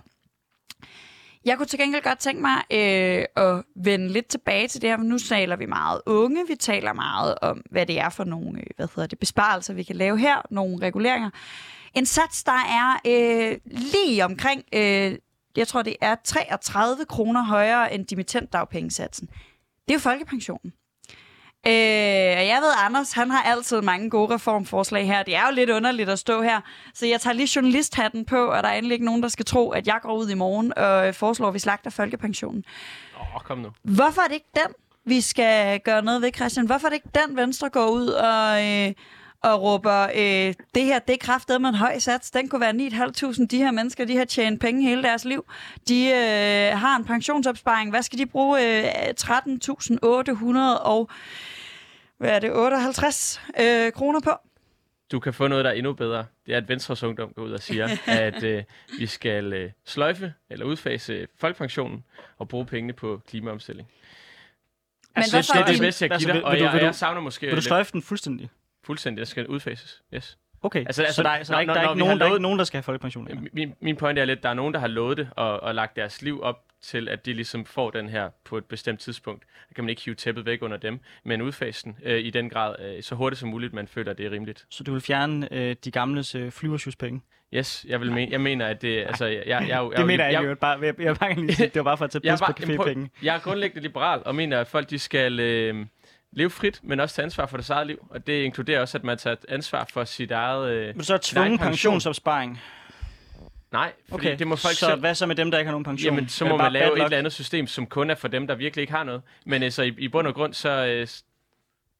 Jeg kunne til gengæld godt tænke mig øh, at vende lidt tilbage til det her. Nu taler vi meget unge, vi taler meget om, hvad det er for nogle øh, hvad hedder det, besparelser, vi kan lave her, nogle reguleringer. En sats, der er øh, lige omkring, øh, jeg tror det er treogtredive kroner højere end dimittentdagpengesatsen. Det er jo folkepensionen. Øh, og jeg ved, Anders, han har altid mange gode reformforslag her. Det er jo lidt underligt at stå her, så jeg tager lige journalisthatten på, og der er endelig ikke nogen, der skal tro, at jeg går ud i morgen og foreslår, at vi slagter folkepensionen. Åh, oh, kom nu. Hvorfor er det ikke den, vi skal gøre noget ved, Christian? Hvorfor er det ikke den, Venstre går ud og... Øh, og råber, øh, det her, det er kraftedeme en høj sats. Den kunne være ni tusind fem hundrede. De her mennesker, de har tjent penge hele deres liv. De øh, har en pensionsopsparing. Hvad skal de bruge? Øh, tretten tusind otte hundrede og hvad er det, otteoghalvtreds øh, kroner på? Du kan få noget, der er endnu bedre. Det er, at Venstres Ungdom går ud og siger, at øh, vi skal øh, sløjfe eller udfase folkepensionen og bruge pengene på klimaomstilling. Men altså, det er det bedste, jeg giver dig, og jeg, jeg savner måske... Vil du sløjfe den fuldstændig? Fuldstændig, der skal udfases, yes. Okay, altså, altså, så der, så der, når, der er ikke nogen, der, ikke nogen, der skal have folkepension? Min, min pointe er lidt, at der er nogen, der har lovet det og, og lagt deres liv op til, at de ligesom får den her på et bestemt tidspunkt. Der kan man ikke hive tæppet væk under dem, men udfase den øh, i den grad øh, så hurtigt som muligt, man føler, at det er rimeligt. Så du vil fjerne øh, de gamles øh, flyversyspenge? Yes, jeg vil mene, jeg mener, at det... Altså, jeg, jeg, jeg, det mener jeg ikke, jeg, bare, jeg, jeg, jeg lige sige, det var bare for at tage pis på cafépenge. Jeg er grundlæggende liberal og mener, at folk de skal... Øh, leve frit, men også tage ansvar for deres eget liv. Og det inkluderer også, at man tager ansvar for sit eget... Øh, men så er tvungen pensionsopsparing? Nej, fordi okay. det må folk så selv... hvad så med dem, der ikke har nogen pension? Jamen, så må man lave et eller andet system, som kun er for dem, der virkelig ikke har noget. Men altså, i, i bund og grund, så... Øh,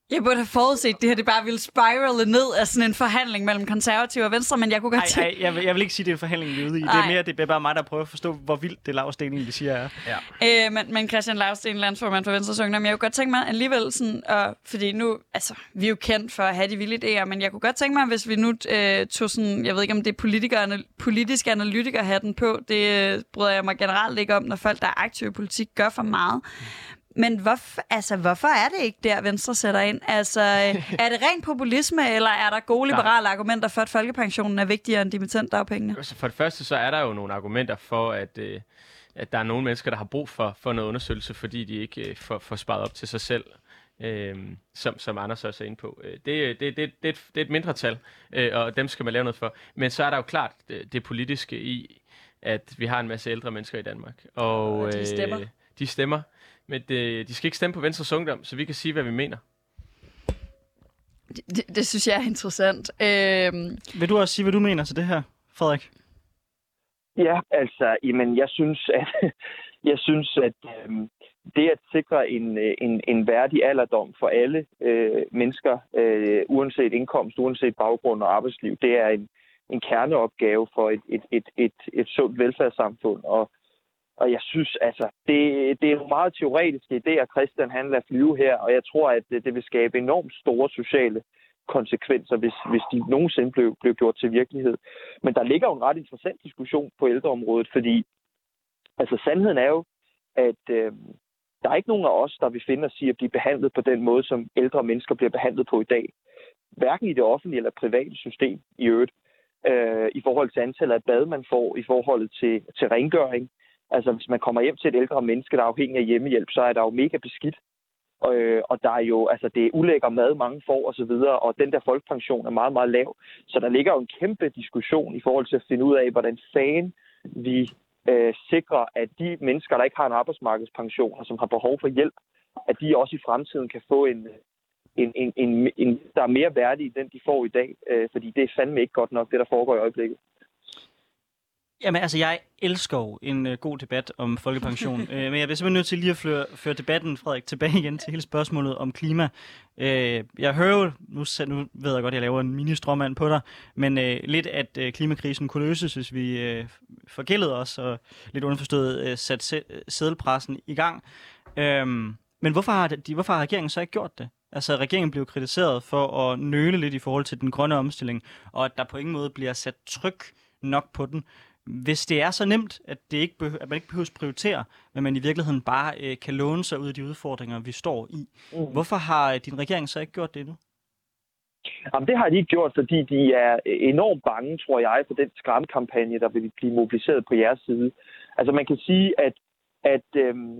Jeg burde have forudset det her, det bare ville spirale ned af sådan en forhandling mellem konservative og venstre, men jeg kunne godt Ej, tænke... ej, jeg, vil, jeg vil ikke sige, det er en forhandling, vi er ude i. Ej. Det er mere, det er bare mig, der prøver at forstå, hvor vildt det Laursten egentlig siger er. Ja. Øh, men, men Christian Laursten, landsformand for Venstres Ungdom, jeg kunne godt tænke mig alligevel sådan, og, fordi nu, altså, vi er jo kendt for at have de vilde idéer, men jeg kunne godt tænke mig, hvis vi nu øh, tog sådan, jeg ved ikke om det er politikerne, politiske analytikerhatten på, det øh, bryder jeg mig generelt ikke om, når folk, der er aktive i politik, gør for meget. Men hvorfor, altså, hvorfor er det ikke der, Venstre sætter ind? Altså, er det ren populisme, eller er der gode liberale argumenter for, at folkepensionen er vigtigere end dimittentdagpengene? Altså for det første, så er der jo nogle argumenter for, at, øh, at der er nogle mennesker, der har brug for, for noget undersøgelse, fordi de ikke øh, får, får sparet op til sig selv, øh, som, som Anders også er inde på. Det, det, det, det, det, det er et mindretal, øh, og dem skal man lave noget for. Men så er der jo klart det, det politiske i, at vi har en masse ældre mennesker i Danmark. Og, og de stemmer. Øh, de stemmer. Men det, de skal ikke stemme på Venstres Ungdom, så vi kan sige, hvad vi mener. Det, det, det synes jeg er interessant. Øhm... Vil du også sige, hvad du mener til det her, Frederik? Ja, altså, jamen, jeg synes, at, jeg synes, at øhm, det at sikre en, en, en værdig alderdom for alle øh, mennesker, øh, uanset indkomst, uanset baggrund og arbejdsliv, det er en, en kerneopgave for et, et, et, et, et sundt velfærdssamfund. Og Og jeg synes, altså, det, det er jo meget teoretiske idéer, Christian han lader flyve her, og jeg tror, at det, det vil skabe enormt store sociale konsekvenser, hvis, hvis de nogensinde blev, blev gjort til virkelighed. Men der ligger jo en ret interessant diskussion på ældreområdet, fordi altså, sandheden er jo, at øh, der er ikke nogen af os, der vil finde os i at blive behandlet på den måde, som ældre mennesker bliver behandlet på i dag. Hverken i det offentlige eller private system i øvrigt, øh, i forhold til antallet af bad, man får, i forhold til, til rengøring. Altså, hvis man kommer hjem til et ældre menneske, der er afhængig af hjemmehjælp, så er der jo mega beskidt. Øh, og der er jo, altså, det er ulækker mad, mange får, og så videre, og den der folkepension er meget, meget lav. Så der ligger jo en kæmpe diskussion i forhold til at finde ud af, hvordan fanden vi øh, sikrer, at de mennesker, der ikke har en arbejdsmarkedspension, og som har behov for hjælp, at de også i fremtiden kan få en, en, en, en, en der er mere værdig, end den de får i dag. Øh, fordi det er fandme ikke godt nok, det der foregår i øjeblikket. Jamen altså, jeg elsker jo en uh, god debat om folkepension, uh, men jeg bliver simpelthen nødt til lige at føre, føre debatten, Frederik, tilbage igen til hele spørgsmålet om klima. Uh, jeg hører jo, nu, nu ved jeg godt, at jeg laver en mini-stråmand på dig, men uh, lidt at uh, klimakrisen kunne løses, hvis vi uh, forgældede os og lidt underforstået uh, sat seddelpressen i gang. Uh, men hvorfor har, de, hvorfor har regeringen så ikke gjort det? Altså, regeringen blev kritiseret for at nøle lidt i forhold til den grønne omstilling, og at der på ingen måde bliver sat tryk nok på den. Hvis det er så nemt, at, det ikke behøver, at man ikke behøver at prioritere, men man i virkeligheden bare øh, kan låne sig ud af de udfordringer, vi står i. Mm. Hvorfor har din regering så ikke gjort det endnu? Jamen, det har de ikke gjort, fordi de er enormt bange, tror jeg, for den skræmmekampagne, der vil blive mobiliseret på jeres side. Altså, man kan sige, at, at øhm,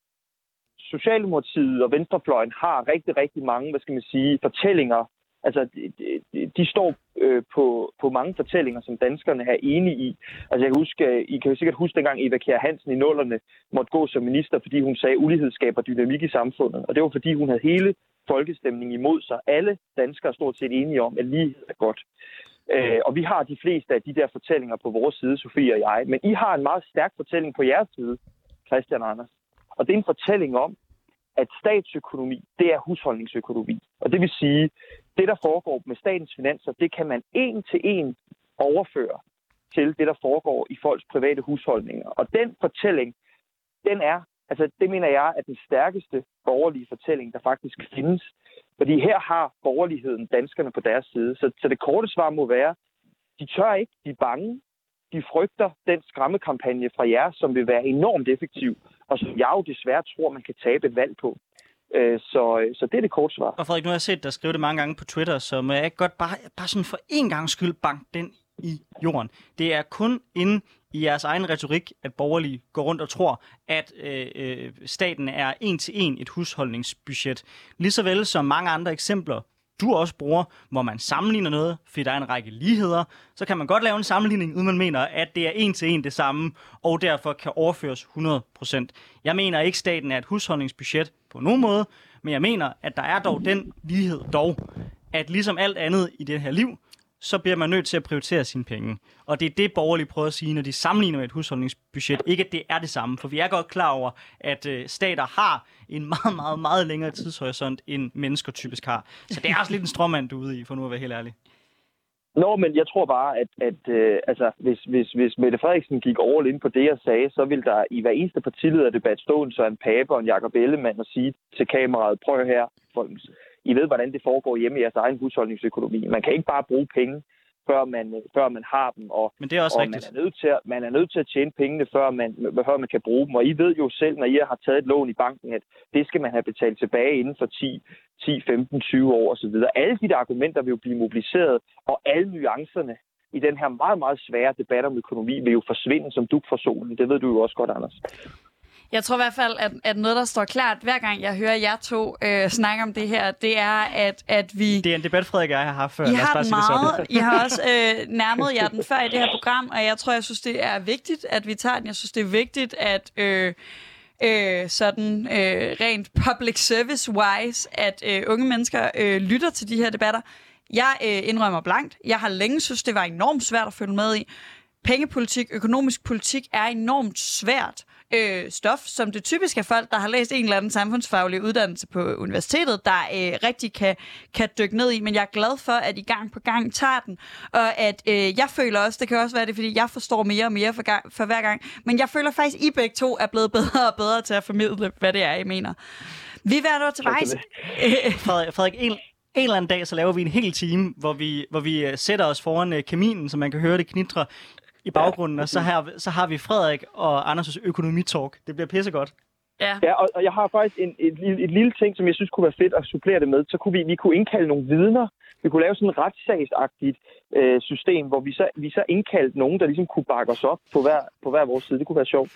Socialdemokratiet og Venstrefløjen har rigtig, rigtig mange, hvad skal man sige, fortællinger. Altså, de, de, de står øh, på, på mange fortællinger, som danskerne er enige i. Altså, jeg kan huske, I kan jo sikkert huske, dengang Eva Kjær Hansen i nullerne måtte gå som minister, fordi hun sagde, at ulighed skaber dynamik i samfundet. Og det var, fordi hun havde hele folkestemningen imod sig. Alle danskere er stort set enige om, at lighed er godt. Øh, og vi har de fleste af de der fortællinger på vores side, Sofie og jeg. Men I har en meget stærk fortælling på jeres side, Christian og Anders. Og det er en fortælling om, at statsøkonomi, det er husholdningsøkonomi. Og det vil sige, det der foregår med statens finanser, det kan man en til en overføre til det, der foregår i folks private husholdninger. Og den fortælling, den er, altså det mener jeg, er den stærkeste borgerlige fortælling, der faktisk findes. Fordi her har borgerligheden danskerne på deres side. Så, så det korte svar må være, de tør ikke, de er bange. De frygter den skræmmekampagne fra jer, som vil være enormt effektiv, og som jeg jo desværre tror, man kan tabe et valg på. Så, så det er det korte svar. Og Frederik, nu har jeg set dig skrive det mange gange på Twitter, så må jeg ikke godt bare, bare sådan for en gangs skyld banke den i jorden. Det er kun inde i jeres egen retorik, at borgerlige går rundt og tror, at øh, staten er en til en et husholdningsbudget. Ligeså vel som mange andre eksempler, du også bruger, hvor man sammenligner noget, fordi der er en række ligheder, så kan man godt lave en sammenligning, uden man mener, at det er en til en det samme, og derfor kan overføres hundrede procent. Jeg mener ikke, staten er et husholdningsbudget på nogen måde, men jeg mener, at der er dog den lighed dog, at ligesom alt andet i det her liv, så bliver man nødt til at prioritere sine penge. Og det er det, borgerlige prøver at sige, når de sammenligner med et husholdningsbudget. Ikke, at det er det samme, for vi er godt klar over, at øh, stater har en meget, meget, meget længere tidshorisont, end mennesker typisk har. Så det er også lidt en stråmand, du er ude i, for nu at være helt ærlig. Nå, men jeg tror bare, at, at øh, altså, hvis, hvis, hvis Mette Frederiksen gik all in på det, jeg sagde, så ville der i hver eneste partilederdebat stå en Søren Pape og en Jakob Ellemann og sige til kameraet, prøv her, folkens, I ved, hvordan det foregår hjemme i jeres egen husholdningsøkonomi. Man kan ikke bare bruge penge, før man, før man har dem. Og, Men det er også og rigtigt. Man er, nødt til at, man er nødt til at tjene pengene, før man, før man kan bruge dem. Og I ved jo selv, når I har taget et lån i banken, at det skal man have betalt tilbage inden for ti, femten, tyve år osv. Alle de der argumenter vil jo blive mobiliseret, og alle nuancerne i den her meget, meget svære debat om økonomi vil jo forsvinde som dug for solen. Det ved du jo også godt, Anders. Jeg tror i hvert fald, at, at noget, der står klart, hver gang jeg hører jer to øh, snakke om det her, det er, at, at vi... Det er en debat, Frederik og jeg har haft før. I Lad os har bare den sige det sådan. meget. I har også øh, nærmet jer den før i det her program, og jeg tror, jeg synes, det er vigtigt, at vi tager den. Jeg synes, det er vigtigt, at... Øh, Øh, sådan øh, rent public service-wise, at øh, unge mennesker øh, lytter til de her debatter. Jeg øh, indrømmer blankt. Jeg har længe synes, det var enormt svært at følge med i. Pengepolitik, økonomisk politik er enormt svært øh, stof, som det typisk er folk, der har læst en eller anden samfundsfaglig uddannelse på universitetet, der øh, rigtig kan, kan dykke ned i. Men jeg er glad for, at I gang på gang tager den. Og at øh, jeg føler også, det kan også være det, fordi jeg forstår mere og mere for, gang, for hver gang. Men jeg føler faktisk, at I begge to er blevet bedre og bedre til at formidle, hvad det er, I mener. Vi er ved at nå til vejs. Frederik, Frederik en, en eller anden dag, så laver vi en hel time, hvor vi, hvor vi sætter os foran uh, kaminen, så man kan høre det knitre i baggrunden, ja, og så har, så har vi Frederik og Anders' økonomitalk. Det bliver pissegodt. Ja, ja og, og jeg har faktisk en, et, et, et lille ting, som jeg synes kunne være fedt at supplere det med. Så kunne vi, vi kunne indkalde nogle vidner. Vi kunne lave sådan et retssagsagtigt øh, system, hvor vi så, vi så indkaldte nogen, der ligesom kunne bakke os op på hver, på hver vores side. Det kunne være sjovt.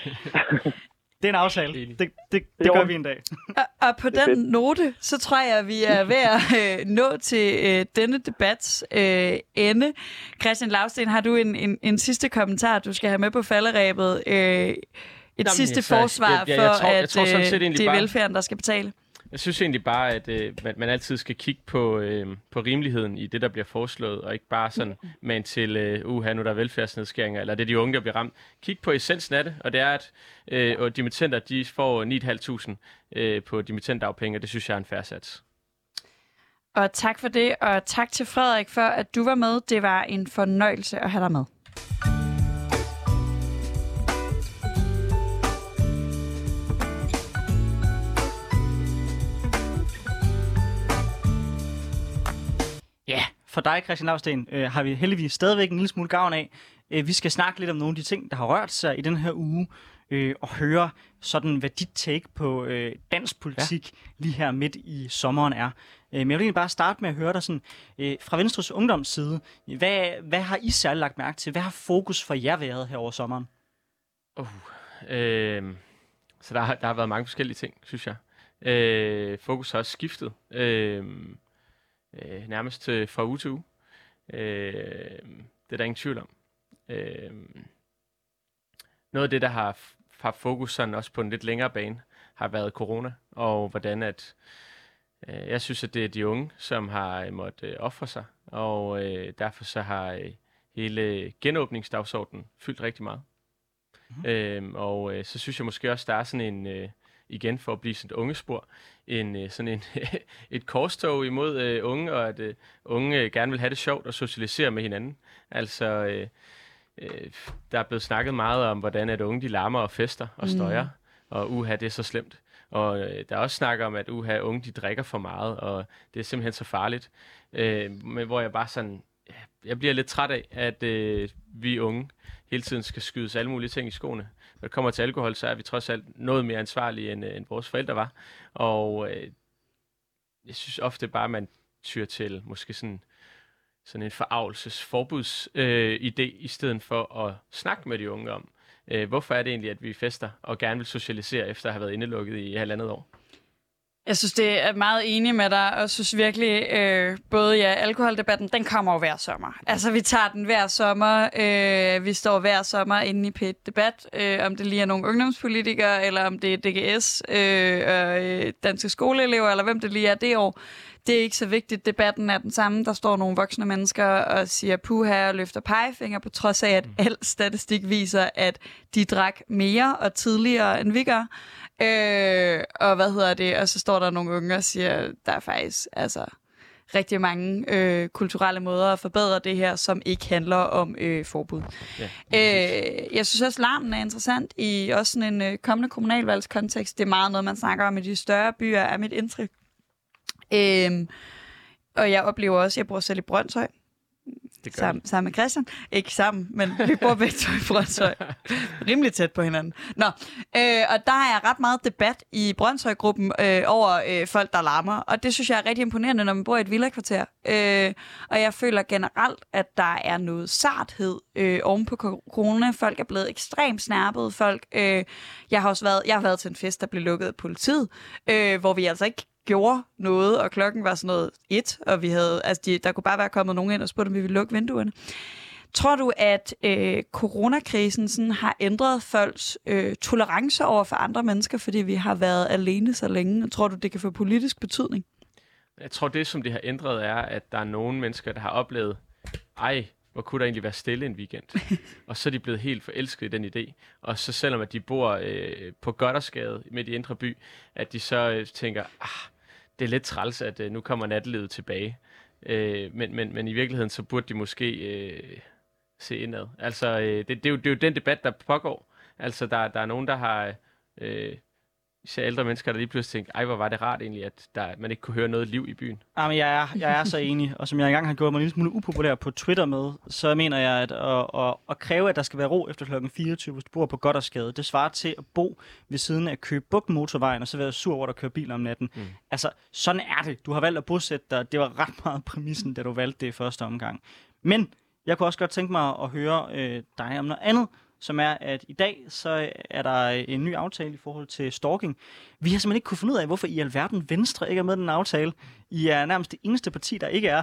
Det er en aftale. Det, det, det, det gør vi en dag. Og, og på den fedt. note, så tror jeg, at vi er ved at øh, nå til øh, denne debats øh, ende. Christian Lausten, har du en, en, en sidste kommentar, du skal have med på falderæbet? Øh, et Jamen, sidste altså, forsvar jeg, jeg, jeg, jeg tror, for, at tror, jeg tror, øh, det er bare... velfærden, der skal betale? Jeg synes egentlig bare, at øh, man, man altid skal kigge på, øh, på rimeligheden i det, der bliver foreslået, og ikke bare sådan, man til, øh, uha, nu der er velfærdsnedskæringer, eller det er de unge, der bliver ramt. Kig på essensen af det, og det er, at øh, dimittenter, de får ni tusind fem hundrede øh, på dimittentdagpenge, og det synes jeg er en fair sats. Og tak for det, og tak til Frederik for, at du var med. Det var en fornøjelse at have dig med. For dig, Christian Lausten, øh, har vi heldigvis stadigvæk en lille smule gavn af. Øh, vi skal snakke lidt om nogle af de ting, der har rørt sig i den her uge, øh, og høre sådan, hvad dit take på øh, dansk politik ja. lige her midt i sommeren er. Øh, men jeg vil egentlig bare starte med at høre dig sådan, øh, fra Venstres Ungdoms side. Hvad, hvad har I særligt lagt mærke til? Hvad har fokus for jer været her over sommeren? Uh, øh, så der har, der har været mange forskellige ting, synes jeg. Øh, fokus har også skiftet. Øh, Øh, nærmest øh, fra uge til uge. Øh, det er der ingen tvivl om. Øh, noget af det, der har haft fokus sådan også på en lidt længere bane, har været corona, og hvordan at øh, jeg synes, at det er de unge, som har måttet øh, ofre sig, og øh, derfor så har øh, hele genåbningsdagsordenen fyldt rigtig meget. Mm-hmm. Øh, og øh, så synes jeg måske også, der er sådan en... Øh, igen for at blive sådan et ungespor, en, sådan en, et korstog imod uh, unge, og at uh, unge gerne vil have det sjovt og socialisere med hinanden. Altså, uh, uh, der er blevet snakket meget om, hvordan at unge de larmer og fester og støjer, mm. og uha, det er så slemt. Og uh, der er også snak om, at uha, unge de drikker for meget, og det er simpelthen så farligt. Uh, men hvor jeg bare sådan, jeg bliver lidt træt af, at uh, vi unge hele tiden skal skydes alle mulige ting i skoene. Når det kommer til alkohol, så er vi trods alt noget mere ansvarlige, end, end vores forældre var. Og øh, jeg synes ofte bare, at man tyr til måske sådan, sådan en forarvelses-forbuds øh, idé, i stedet for at snakke med de unge om, øh, hvorfor er det egentlig, at vi fester og gerne vil socialisere, efter at have været indelukket i halvandet år. Jeg synes, det er meget enig med dig, og synes virkelig, øh, både ja, alkoholdebatten, den kommer jo hver sommer. Altså, vi tager den hver sommer. Øh, vi står hver sommer inde i P et Debat, øh, om det lige er nogle ungdomspolitikere, eller om det er D G S, øh, og øh, danske skoleelever, eller hvem det lige er det år. Det er ikke så vigtigt. Debatten er den samme. Der står nogle voksne mennesker og siger puha og løfter pegefinger, på trods af, at al statistik viser, at de drak mere og tidligere, end vi gør. Øh, og hvad hedder det? Og så står der nogle unge og siger, der er faktisk altså, rigtig mange øh, kulturelle måder at forbedre det her, som ikke handler om øh, forbud. Ja, øh, jeg synes også, larmen er interessant i også sådan en øh, kommende kommunalvalgskontekst. Det er meget noget, man snakker om i de større byer, er mit indtryk. Øhm, og jeg oplever også, at jeg bor selv i Brønshøj. Sammen, sammen med Christian. Ikke sammen, men vi bor begge to i Brønshøj. Rimelig tæt på hinanden. Nå, øh, og der er ret meget debat i Brønshøj-gruppen øh, over øh, folk, der larmer. Og det synes jeg er rigtig imponerende, når man bor i et villakvarter. Øh, og jeg føler generelt, at der er noget sarthed øh, oven på corona. Folk er blevet ekstremt snærpede. Folk, øh, jeg har også været, jeg har været til en fest, der blev lukket af politiet, øh, hvor vi altså ikke gjorde noget, og klokken var sådan noget et, og vi havde, altså de, der kunne bare være kommet nogen ind og spurgte, om vi ville lukke vinduerne. Tror du, at øh, coronakrisen sådan har ændret folks øh, tolerance over for andre mennesker, fordi vi har været alene så længe? Og tror du, det kan få politisk betydning? Jeg tror, det som det har ændret er, at der er nogle mennesker, der har oplevet, ej, hvor kunne der egentlig være stille en weekend? Og så er de blevet helt forelsket i den idé. Og så selvom at de bor øh, på Goddersgade midt i Indre By, at de så øh, tænker, ah, det er lidt træls, at øh, nu kommer nattelivet tilbage. Øh, men, men, men i virkeligheden, så burde de måske øh, se indad. Altså, øh, det, det, er jo, det er jo den debat, der pågår. Altså, der, der er nogen, der har... Øh, især ældre mennesker, der lige pludselig tænker, ej, hvor var det rart egentlig, at der, man ikke kunne høre noget liv i byen. Jamen, jeg er, jeg er så enig, og som jeg engang har gjort mig en lille smule upopulær på Twitter med, så mener jeg, at at, at, at kræve, at der skal være ro efter klokken fireogtyve, hvis du bor på Goddersgade, det svarer til at bo ved siden af Køge Bugt motorvejen, og så være sur over, at køre biler om natten. Mm. Altså, sådan er det. Du har valgt at bosætte dig. Det var ret meget præmissen, da du valgte det i første omgang. Men jeg kunne også godt tænke mig at høre øh, dig om noget andet, som er, at i dag så er der en ny aftale i forhold til stalking. Vi har simpelthen ikke kunne finde ud af, hvorfor i alverden Venstre ikke er med i den aftale. I er nærmest det eneste parti, der ikke er.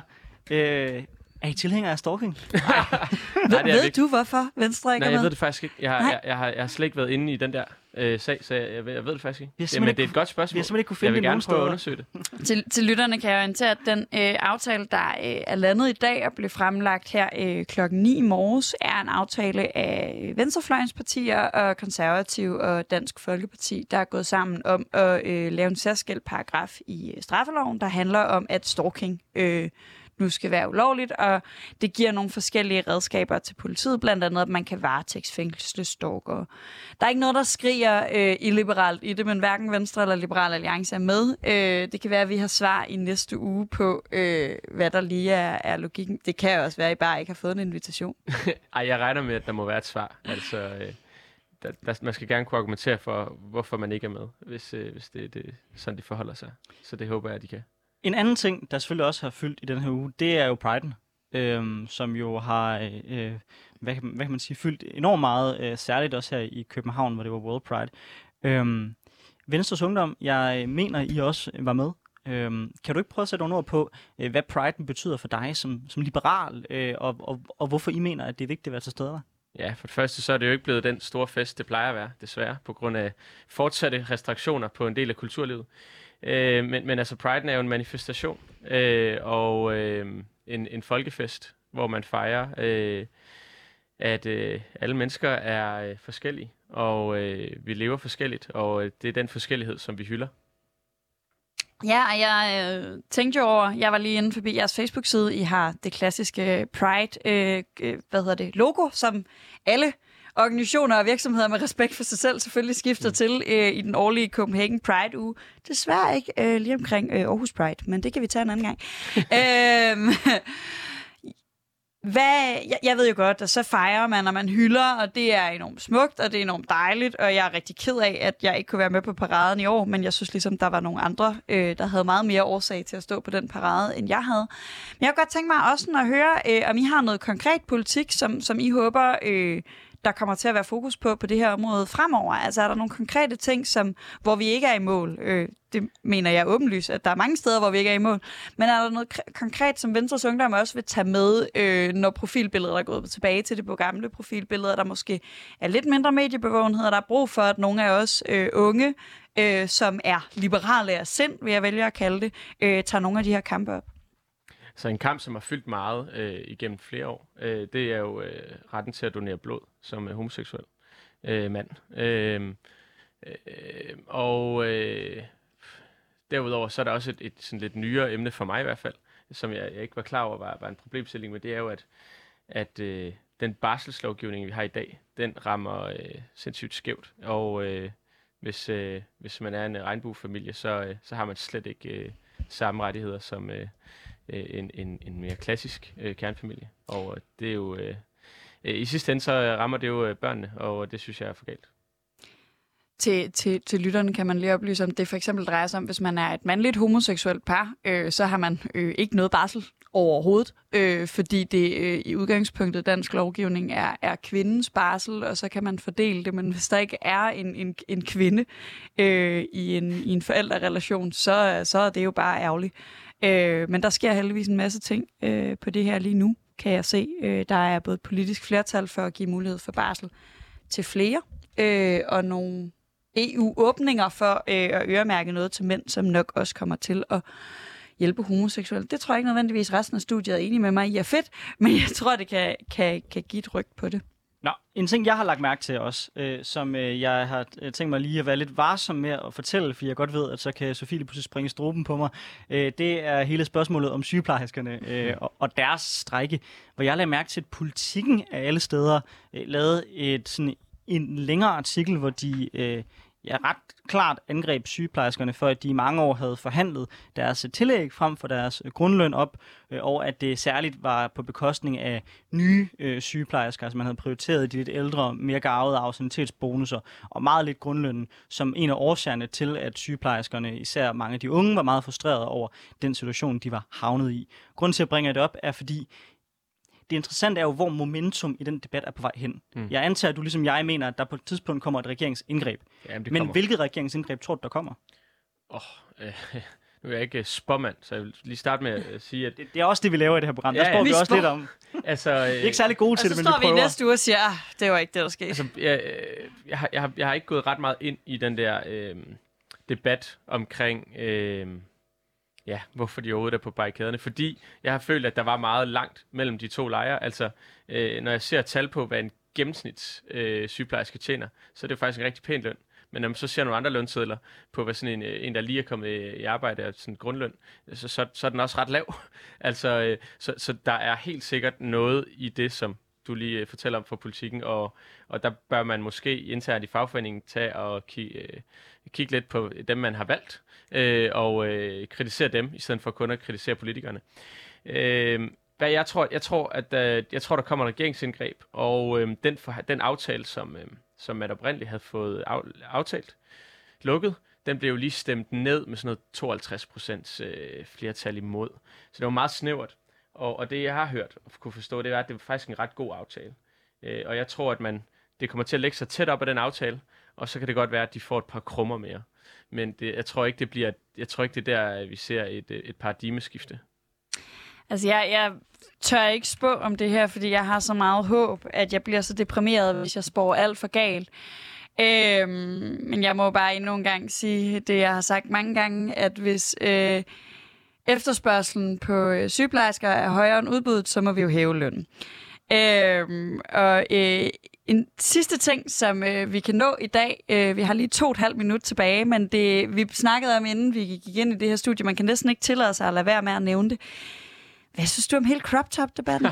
Øh, er I tilhængere af stalking? Nej. Nej, ved du, hvorfor Venstre ikke Nej, er med? jeg ved det faktisk ikke. Jeg har, jeg, jeg har, jeg har slet ikke været inde i den der øh, sag, så jeg, jeg, ved, jeg ved det faktisk ikke. Jamen, det er et godt spørgsmål. Vi har simpelthen ikke kunne finde jeg vil det gerne prøve at undersøge det. til, til lytterne kan jeg orientere, at den øh, aftale, der øh, er landet i dag og blev fremlagt her øh, klokken ni i morges, er en aftale af Venstrefløjens partier og Konservative og Dansk Folkeparti, der er gået sammen om at øh, lave en særskilt paragraf i øh, straffeloven, der handler om, at stalking øh, nu skal være ulovligt, og det giver nogle forskellige redskaber til politiet, blandt andet, at man kan varetægtsfængsle stalkere. Der er ikke noget, der skriger øh, illiberalt i det, men hverken Venstre eller Liberal Alliance er med. Øh, det kan være, at vi har svar i næste uge på, øh, hvad der lige er, er logikken. Det kan også være, at I bare ikke har fået en invitation. Ej, jeg regner med, at der må være et svar. Altså, øh, der, der, man skal gerne kunne argumentere for, hvorfor man ikke er med, hvis, øh, hvis det, det sådan det forholder sig. Så det håber jeg, at de kan. En anden ting, der selvfølgelig også har fyldt i den her uge, det er jo Pride'en, øhm, som jo har, øh, hvad, kan, hvad kan man sige, fyldt enormt meget, øh, særligt også her i København, hvor det var World Pride. Øhm, Venstres Ungdom, jeg mener, I også var med. Øhm, kan du ikke prøve at sætte nogle ord på, øh, hvad Pride'en betyder for dig som, som liberal, øh, og, og, og hvorfor I mener, at det er vigtigt at være til stede der? Ja, for det første så er det jo ikke blevet den store fest, det plejer at være, desværre, på grund af fortsatte restriktioner på en del af kulturlivet. Øh, men, men altså, Pride'en er jo en manifestation øh, og øh, en, en folkefest, hvor man fejrer, øh, at øh, alle mennesker er øh, forskellige, og øh, vi lever forskelligt, og øh, det er den forskellighed, som vi hylder. Ja, og jeg øh, tænkte jo over, jeg var lige inde forbi jeres Facebook-side, I har det klassiske Pride, øh, hvad hedder det, logo, som alle organisationer og virksomheder med respekt for sig selv selvfølgelig skifter mm. til øh, i den årlige Copenhagen Pride-uge. Desværre ikke øh, lige omkring øh, Aarhus Pride, men det kan vi tage en anden gang. øhm, hvad, jeg, jeg ved jo godt, at så fejrer man, og man hylder, og det er enormt smukt, og det er enormt dejligt, og jeg er rigtig ked af, at jeg ikke kunne være med på paraden i år, men jeg synes ligesom, der var nogle andre, øh, der havde meget mere årsag til at stå på den parade, end jeg havde. Men jeg kunne godt tænke mig også at høre, øh, om I har noget konkret politik, som, som I håber... Øh, der kommer til at være fokus på på det her område fremover? Altså er der nogle konkrete ting, som, hvor vi ikke er i mål? Øh, det mener jeg åbenlyst, at der er mange steder, hvor vi ikke er i mål. Men er der noget k- konkret, som Venstres Ungdom også vil tage med, øh, når profilbilleder er gået tilbage til det på gamle profilbilleder, der måske er lidt mindre mediebevågenhed, og der er brug for, at nogle af os øh, unge, øh, som er liberale af sind, vil jeg vælge at kalde det, øh, tager nogle af de her kampe op? Så en kamp, som har fyldt meget øh, igennem flere år, øh, det er jo øh, retten til at donere blod som øh, homoseksuel øh, mand. Øh, øh, og øh, derudover så er der også et, et sådan lidt nyere emne for mig i hvert fald, som jeg, jeg ikke var klar over var, var en problemstilling, men det er jo, at, at øh, den barselslovgivning, vi har i dag, den rammer øh, sindssygt skævt. Og øh, hvis, øh, hvis man er en regnbuefamilie, så, øh, så har man slet ikke øh, samme rettigheder som øh, en, en, en mere klassisk øh, kernfamilie. Og det er jo... Øh, i sidste ende så rammer det jo børnene, og det synes jeg er for galt. Til, til, til lytterne kan man lige oplyse, om det for eksempel drejer sig om, hvis man er et mandligt homoseksuelt par, øh, så har man øh, ikke noget barsel overhovedet, øh, fordi det øh, i udgangspunktet dansk lovgivning er, er kvindens barsel, og så kan man fordele det, men hvis der ikke er en, en, en kvinde øh, i, en, i en forældrerelation, så, så er det jo bare ærgerligt. Øh, men der sker heldigvis en masse ting øh, på det her lige nu, kan jeg se. Øh, der er både et politisk flertal for at give mulighed for barsel til flere, øh, og nogle E U-åbninger for øh, at øremærke noget til mænd, som nok også kommer til at hjælpe homoseksuelle. Det tror jeg ikke nødvendigvis resten af studiet er enige med mig i er fedt, men jeg tror, det kan, kan, kan give et ryg på det. Nå, en ting, jeg har lagt mærke til også, øh, som øh, jeg har tænkt mig lige at være lidt varsom med at fortælle, fordi jeg godt ved, at så kan Sofie lige pludselig springe struben på mig, øh, det er hele spørgsmålet om sygeplejerskerne øh, og, og deres strejke, hvor jeg lagde mærke til, at Politikken af alle steder øh, lavede et, sådan en længere artikel, hvor de øh, ja, ret klart angreb sygeplejerskerne for, at de i mange år havde forhandlet deres tillæg frem for deres grundløn op, øh, og at det særligt var på bekostning af nye øh, sygeplejersker, altså man havde prioriteret de lidt ældre, mere garvede anciennitetsbonusser og meget lidt grundlønnen, som en af årsagerne til, at sygeplejerskerne, især mange af de unge, var meget frustrerede over den situation, de var havnet i. Grunden til at bringe det op er, fordi det interessante er jo, hvor momentum i den debat er på vej hen. Mm. Jeg antager, at du ligesom jeg mener, at der på et tidspunkt kommer et regeringsindgreb. Jamen, det Men kommer. Hvilket regeringsindgreb tror du, der kommer? Åh, oh, øh, nu er jeg ikke spåmand, så jeg vil lige starte med at sige, at... Det, det er også det, vi laver i det her program. Ja, der spår ja, vi, vi også spår. lidt om. altså, øh, vi er ikke særlig gode til det, men vi prøver. Og så står vi næste uge og siger, ah, det var ikke det, der skete. Altså, jeg, jeg, har, jeg, har, jeg har ikke gået ret meget ind i den der øh, debat omkring... Øh, Ja, hvorfor de overhovedet er på barrikaderne. Fordi jeg har følt, at der var meget langt mellem de to lejre. Altså, øh, når jeg ser tal på, hvad en gennemsnits øh, sygeplejerske tjener, så er det faktisk en rigtig pæn løn. Men når man så ser nogle andre lønsedler på, hvad sådan en, en der lige er kommet i arbejde, er sådan grundløn, så, så, så er den også ret lav. altså, øh, så, så der er helt sikkert noget i det, som du lige øh, fortæller om fra Politikken, og, og der bør man måske internt i fagforeningen tage og kigge, øh, kigge lidt på dem, man har valgt, øh, og øh, kritisere dem, i stedet for kun at kritisere politikerne. Øh, hvad jeg tror, jeg tror, at øh, jeg tror, der kommer et regeringsindgreb, og øh, den, for, den aftale, som, øh, som man oprindeligt havde fået af, aftalt, lukket, den blev jo lige stemt ned med sådan noget tooghalvtreds procent øh, flertal imod. Så det var meget snævert. Og, og det, jeg har hørt og kunne forstå, det er, at det var faktisk en ret god aftale. Øh, og jeg tror, at man, det kommer til at lægge sig tæt op ad den aftale, og så kan det godt være, at de får et par krummer mere. Men det, jeg tror ikke, det bliver, jeg tror ikke, det er der, vi ser et, et paradigmeskifte. Altså, jeg, jeg tør ikke spå om det her, fordi jeg har så meget håb, at jeg bliver så deprimeret, hvis jeg spår alt for galt. Øhm, men jeg må bare endnu en gang sige det, jeg har sagt mange gange, at hvis øh, efterspørgselen på øh, sygeplejersker er højere end udbuddet, så må vi jo hæve lønnen. Øhm, og øh, en sidste ting, som øh, vi kan nå i dag, øh, vi har lige to og et halvt minut tilbage, men det vi snakkede om, inden vi gik ind i det her studie, man kan næsten ikke tillade sig at lade være med at nævne det. Hvad synes du om hele crop top-debatten?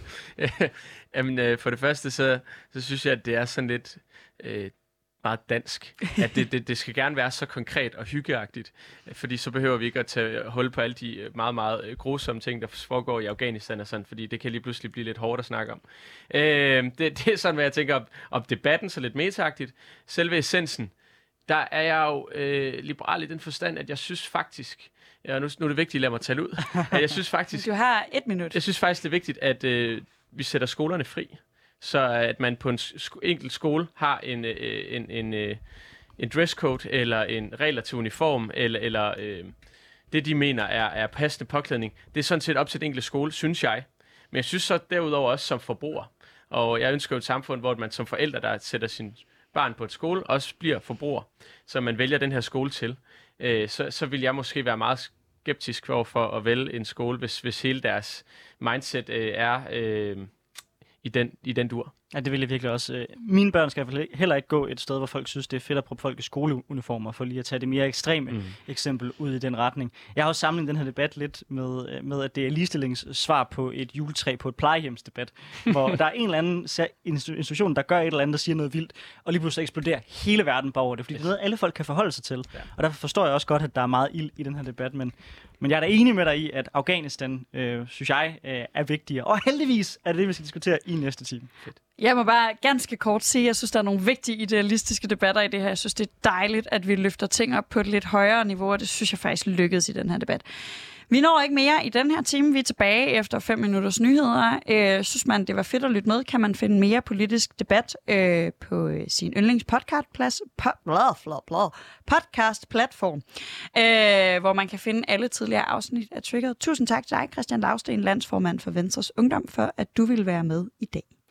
Jamen, øh, for det første, så, så synes jeg, at det er sådan lidt øh, meget dansk. At det, det, det skal gerne være så konkret og hyggeagtigt, fordi så behøver vi ikke at tage hul på alle de meget, meget grusomme ting, der foregår i Afghanistan og sådan, fordi det kan lige pludselig blive lidt hårdt at snakke om. Øh, det, det er sådan, hvad jeg tænker om, om debatten, så lidt metaagtigt. Selve essensen, der er jeg jo øh, liberal i den forstand, at jeg synes faktisk, ja, nu, nu er det vigtigt at lade mig tale ud, at jeg synes faktisk... Du har et minut. Jeg synes faktisk, det er vigtigt, at øh, vi sætter skolerne fri. så at man på en sk- enkelt skole har en, øh, en, en, øh, en dresscode, eller en regler til uniform, eller, eller øh, det, de mener er, er passende påklædning. Det er sådan set op til den enkelte skole, synes jeg. Men jeg synes så derudover også som forbruger, og jeg ønsker jo et samfund, hvor man som forældre, der sætter sin barn på et skole, også bliver forbruger, så man vælger den her skole til. Øh, så, så vil jeg måske være meget skeptisk over for at vælge en skole, hvis, hvis hele deres mindset øh, er øh, i, den, i den dur. Ja, det vil jeg virkelig også. Mine børn skal heller ikke gå et sted, hvor folk synes, det er fedt at proppe folk i skoleuniformer, for lige at tage det mere ekstreme mm. eksempel ud i den retning. Jeg har også samlet den her debat lidt med, med at det er ligestillingssvar på et juletræ på et plejehjemsdebat, hvor der er en eller anden institution, der gør et eller andet, der siger noget vildt, og lige pludselig eksploderer hele verden bare over det, fordi det er noget, alle folk kan forholde sig til. Ja. Og derfor forstår jeg også godt, at der er meget ild i den her debat, men, men jeg er da enig med dig i, at Afghanistan, øh, synes jeg, øh, er vigtigere. Og heldigvis er det det, vi skal diskutere i næste time. Fedt. Jeg må bare ganske kort sige, at jeg synes, der er nogle vigtige idealistiske debatter i det her. Jeg synes, det er dejligt, at vi løfter ting op på et lidt højere niveau, og det synes jeg faktisk lykkedes i den her debat. Vi når ikke mere i den her time. Vi er tilbage efter fem minutters nyheder. Øh, synes man, det var fedt at lytte med, kan man finde mere politisk debat øh, på øh, sin yndlingspodcastplads, po- podcastplatform, øh, hvor man kan finde alle tidligere afsnit af Triggered. Tusind tak til dig, Christian Lausten, landsformand for Venstres Ungdom, for at du ville være med i dag.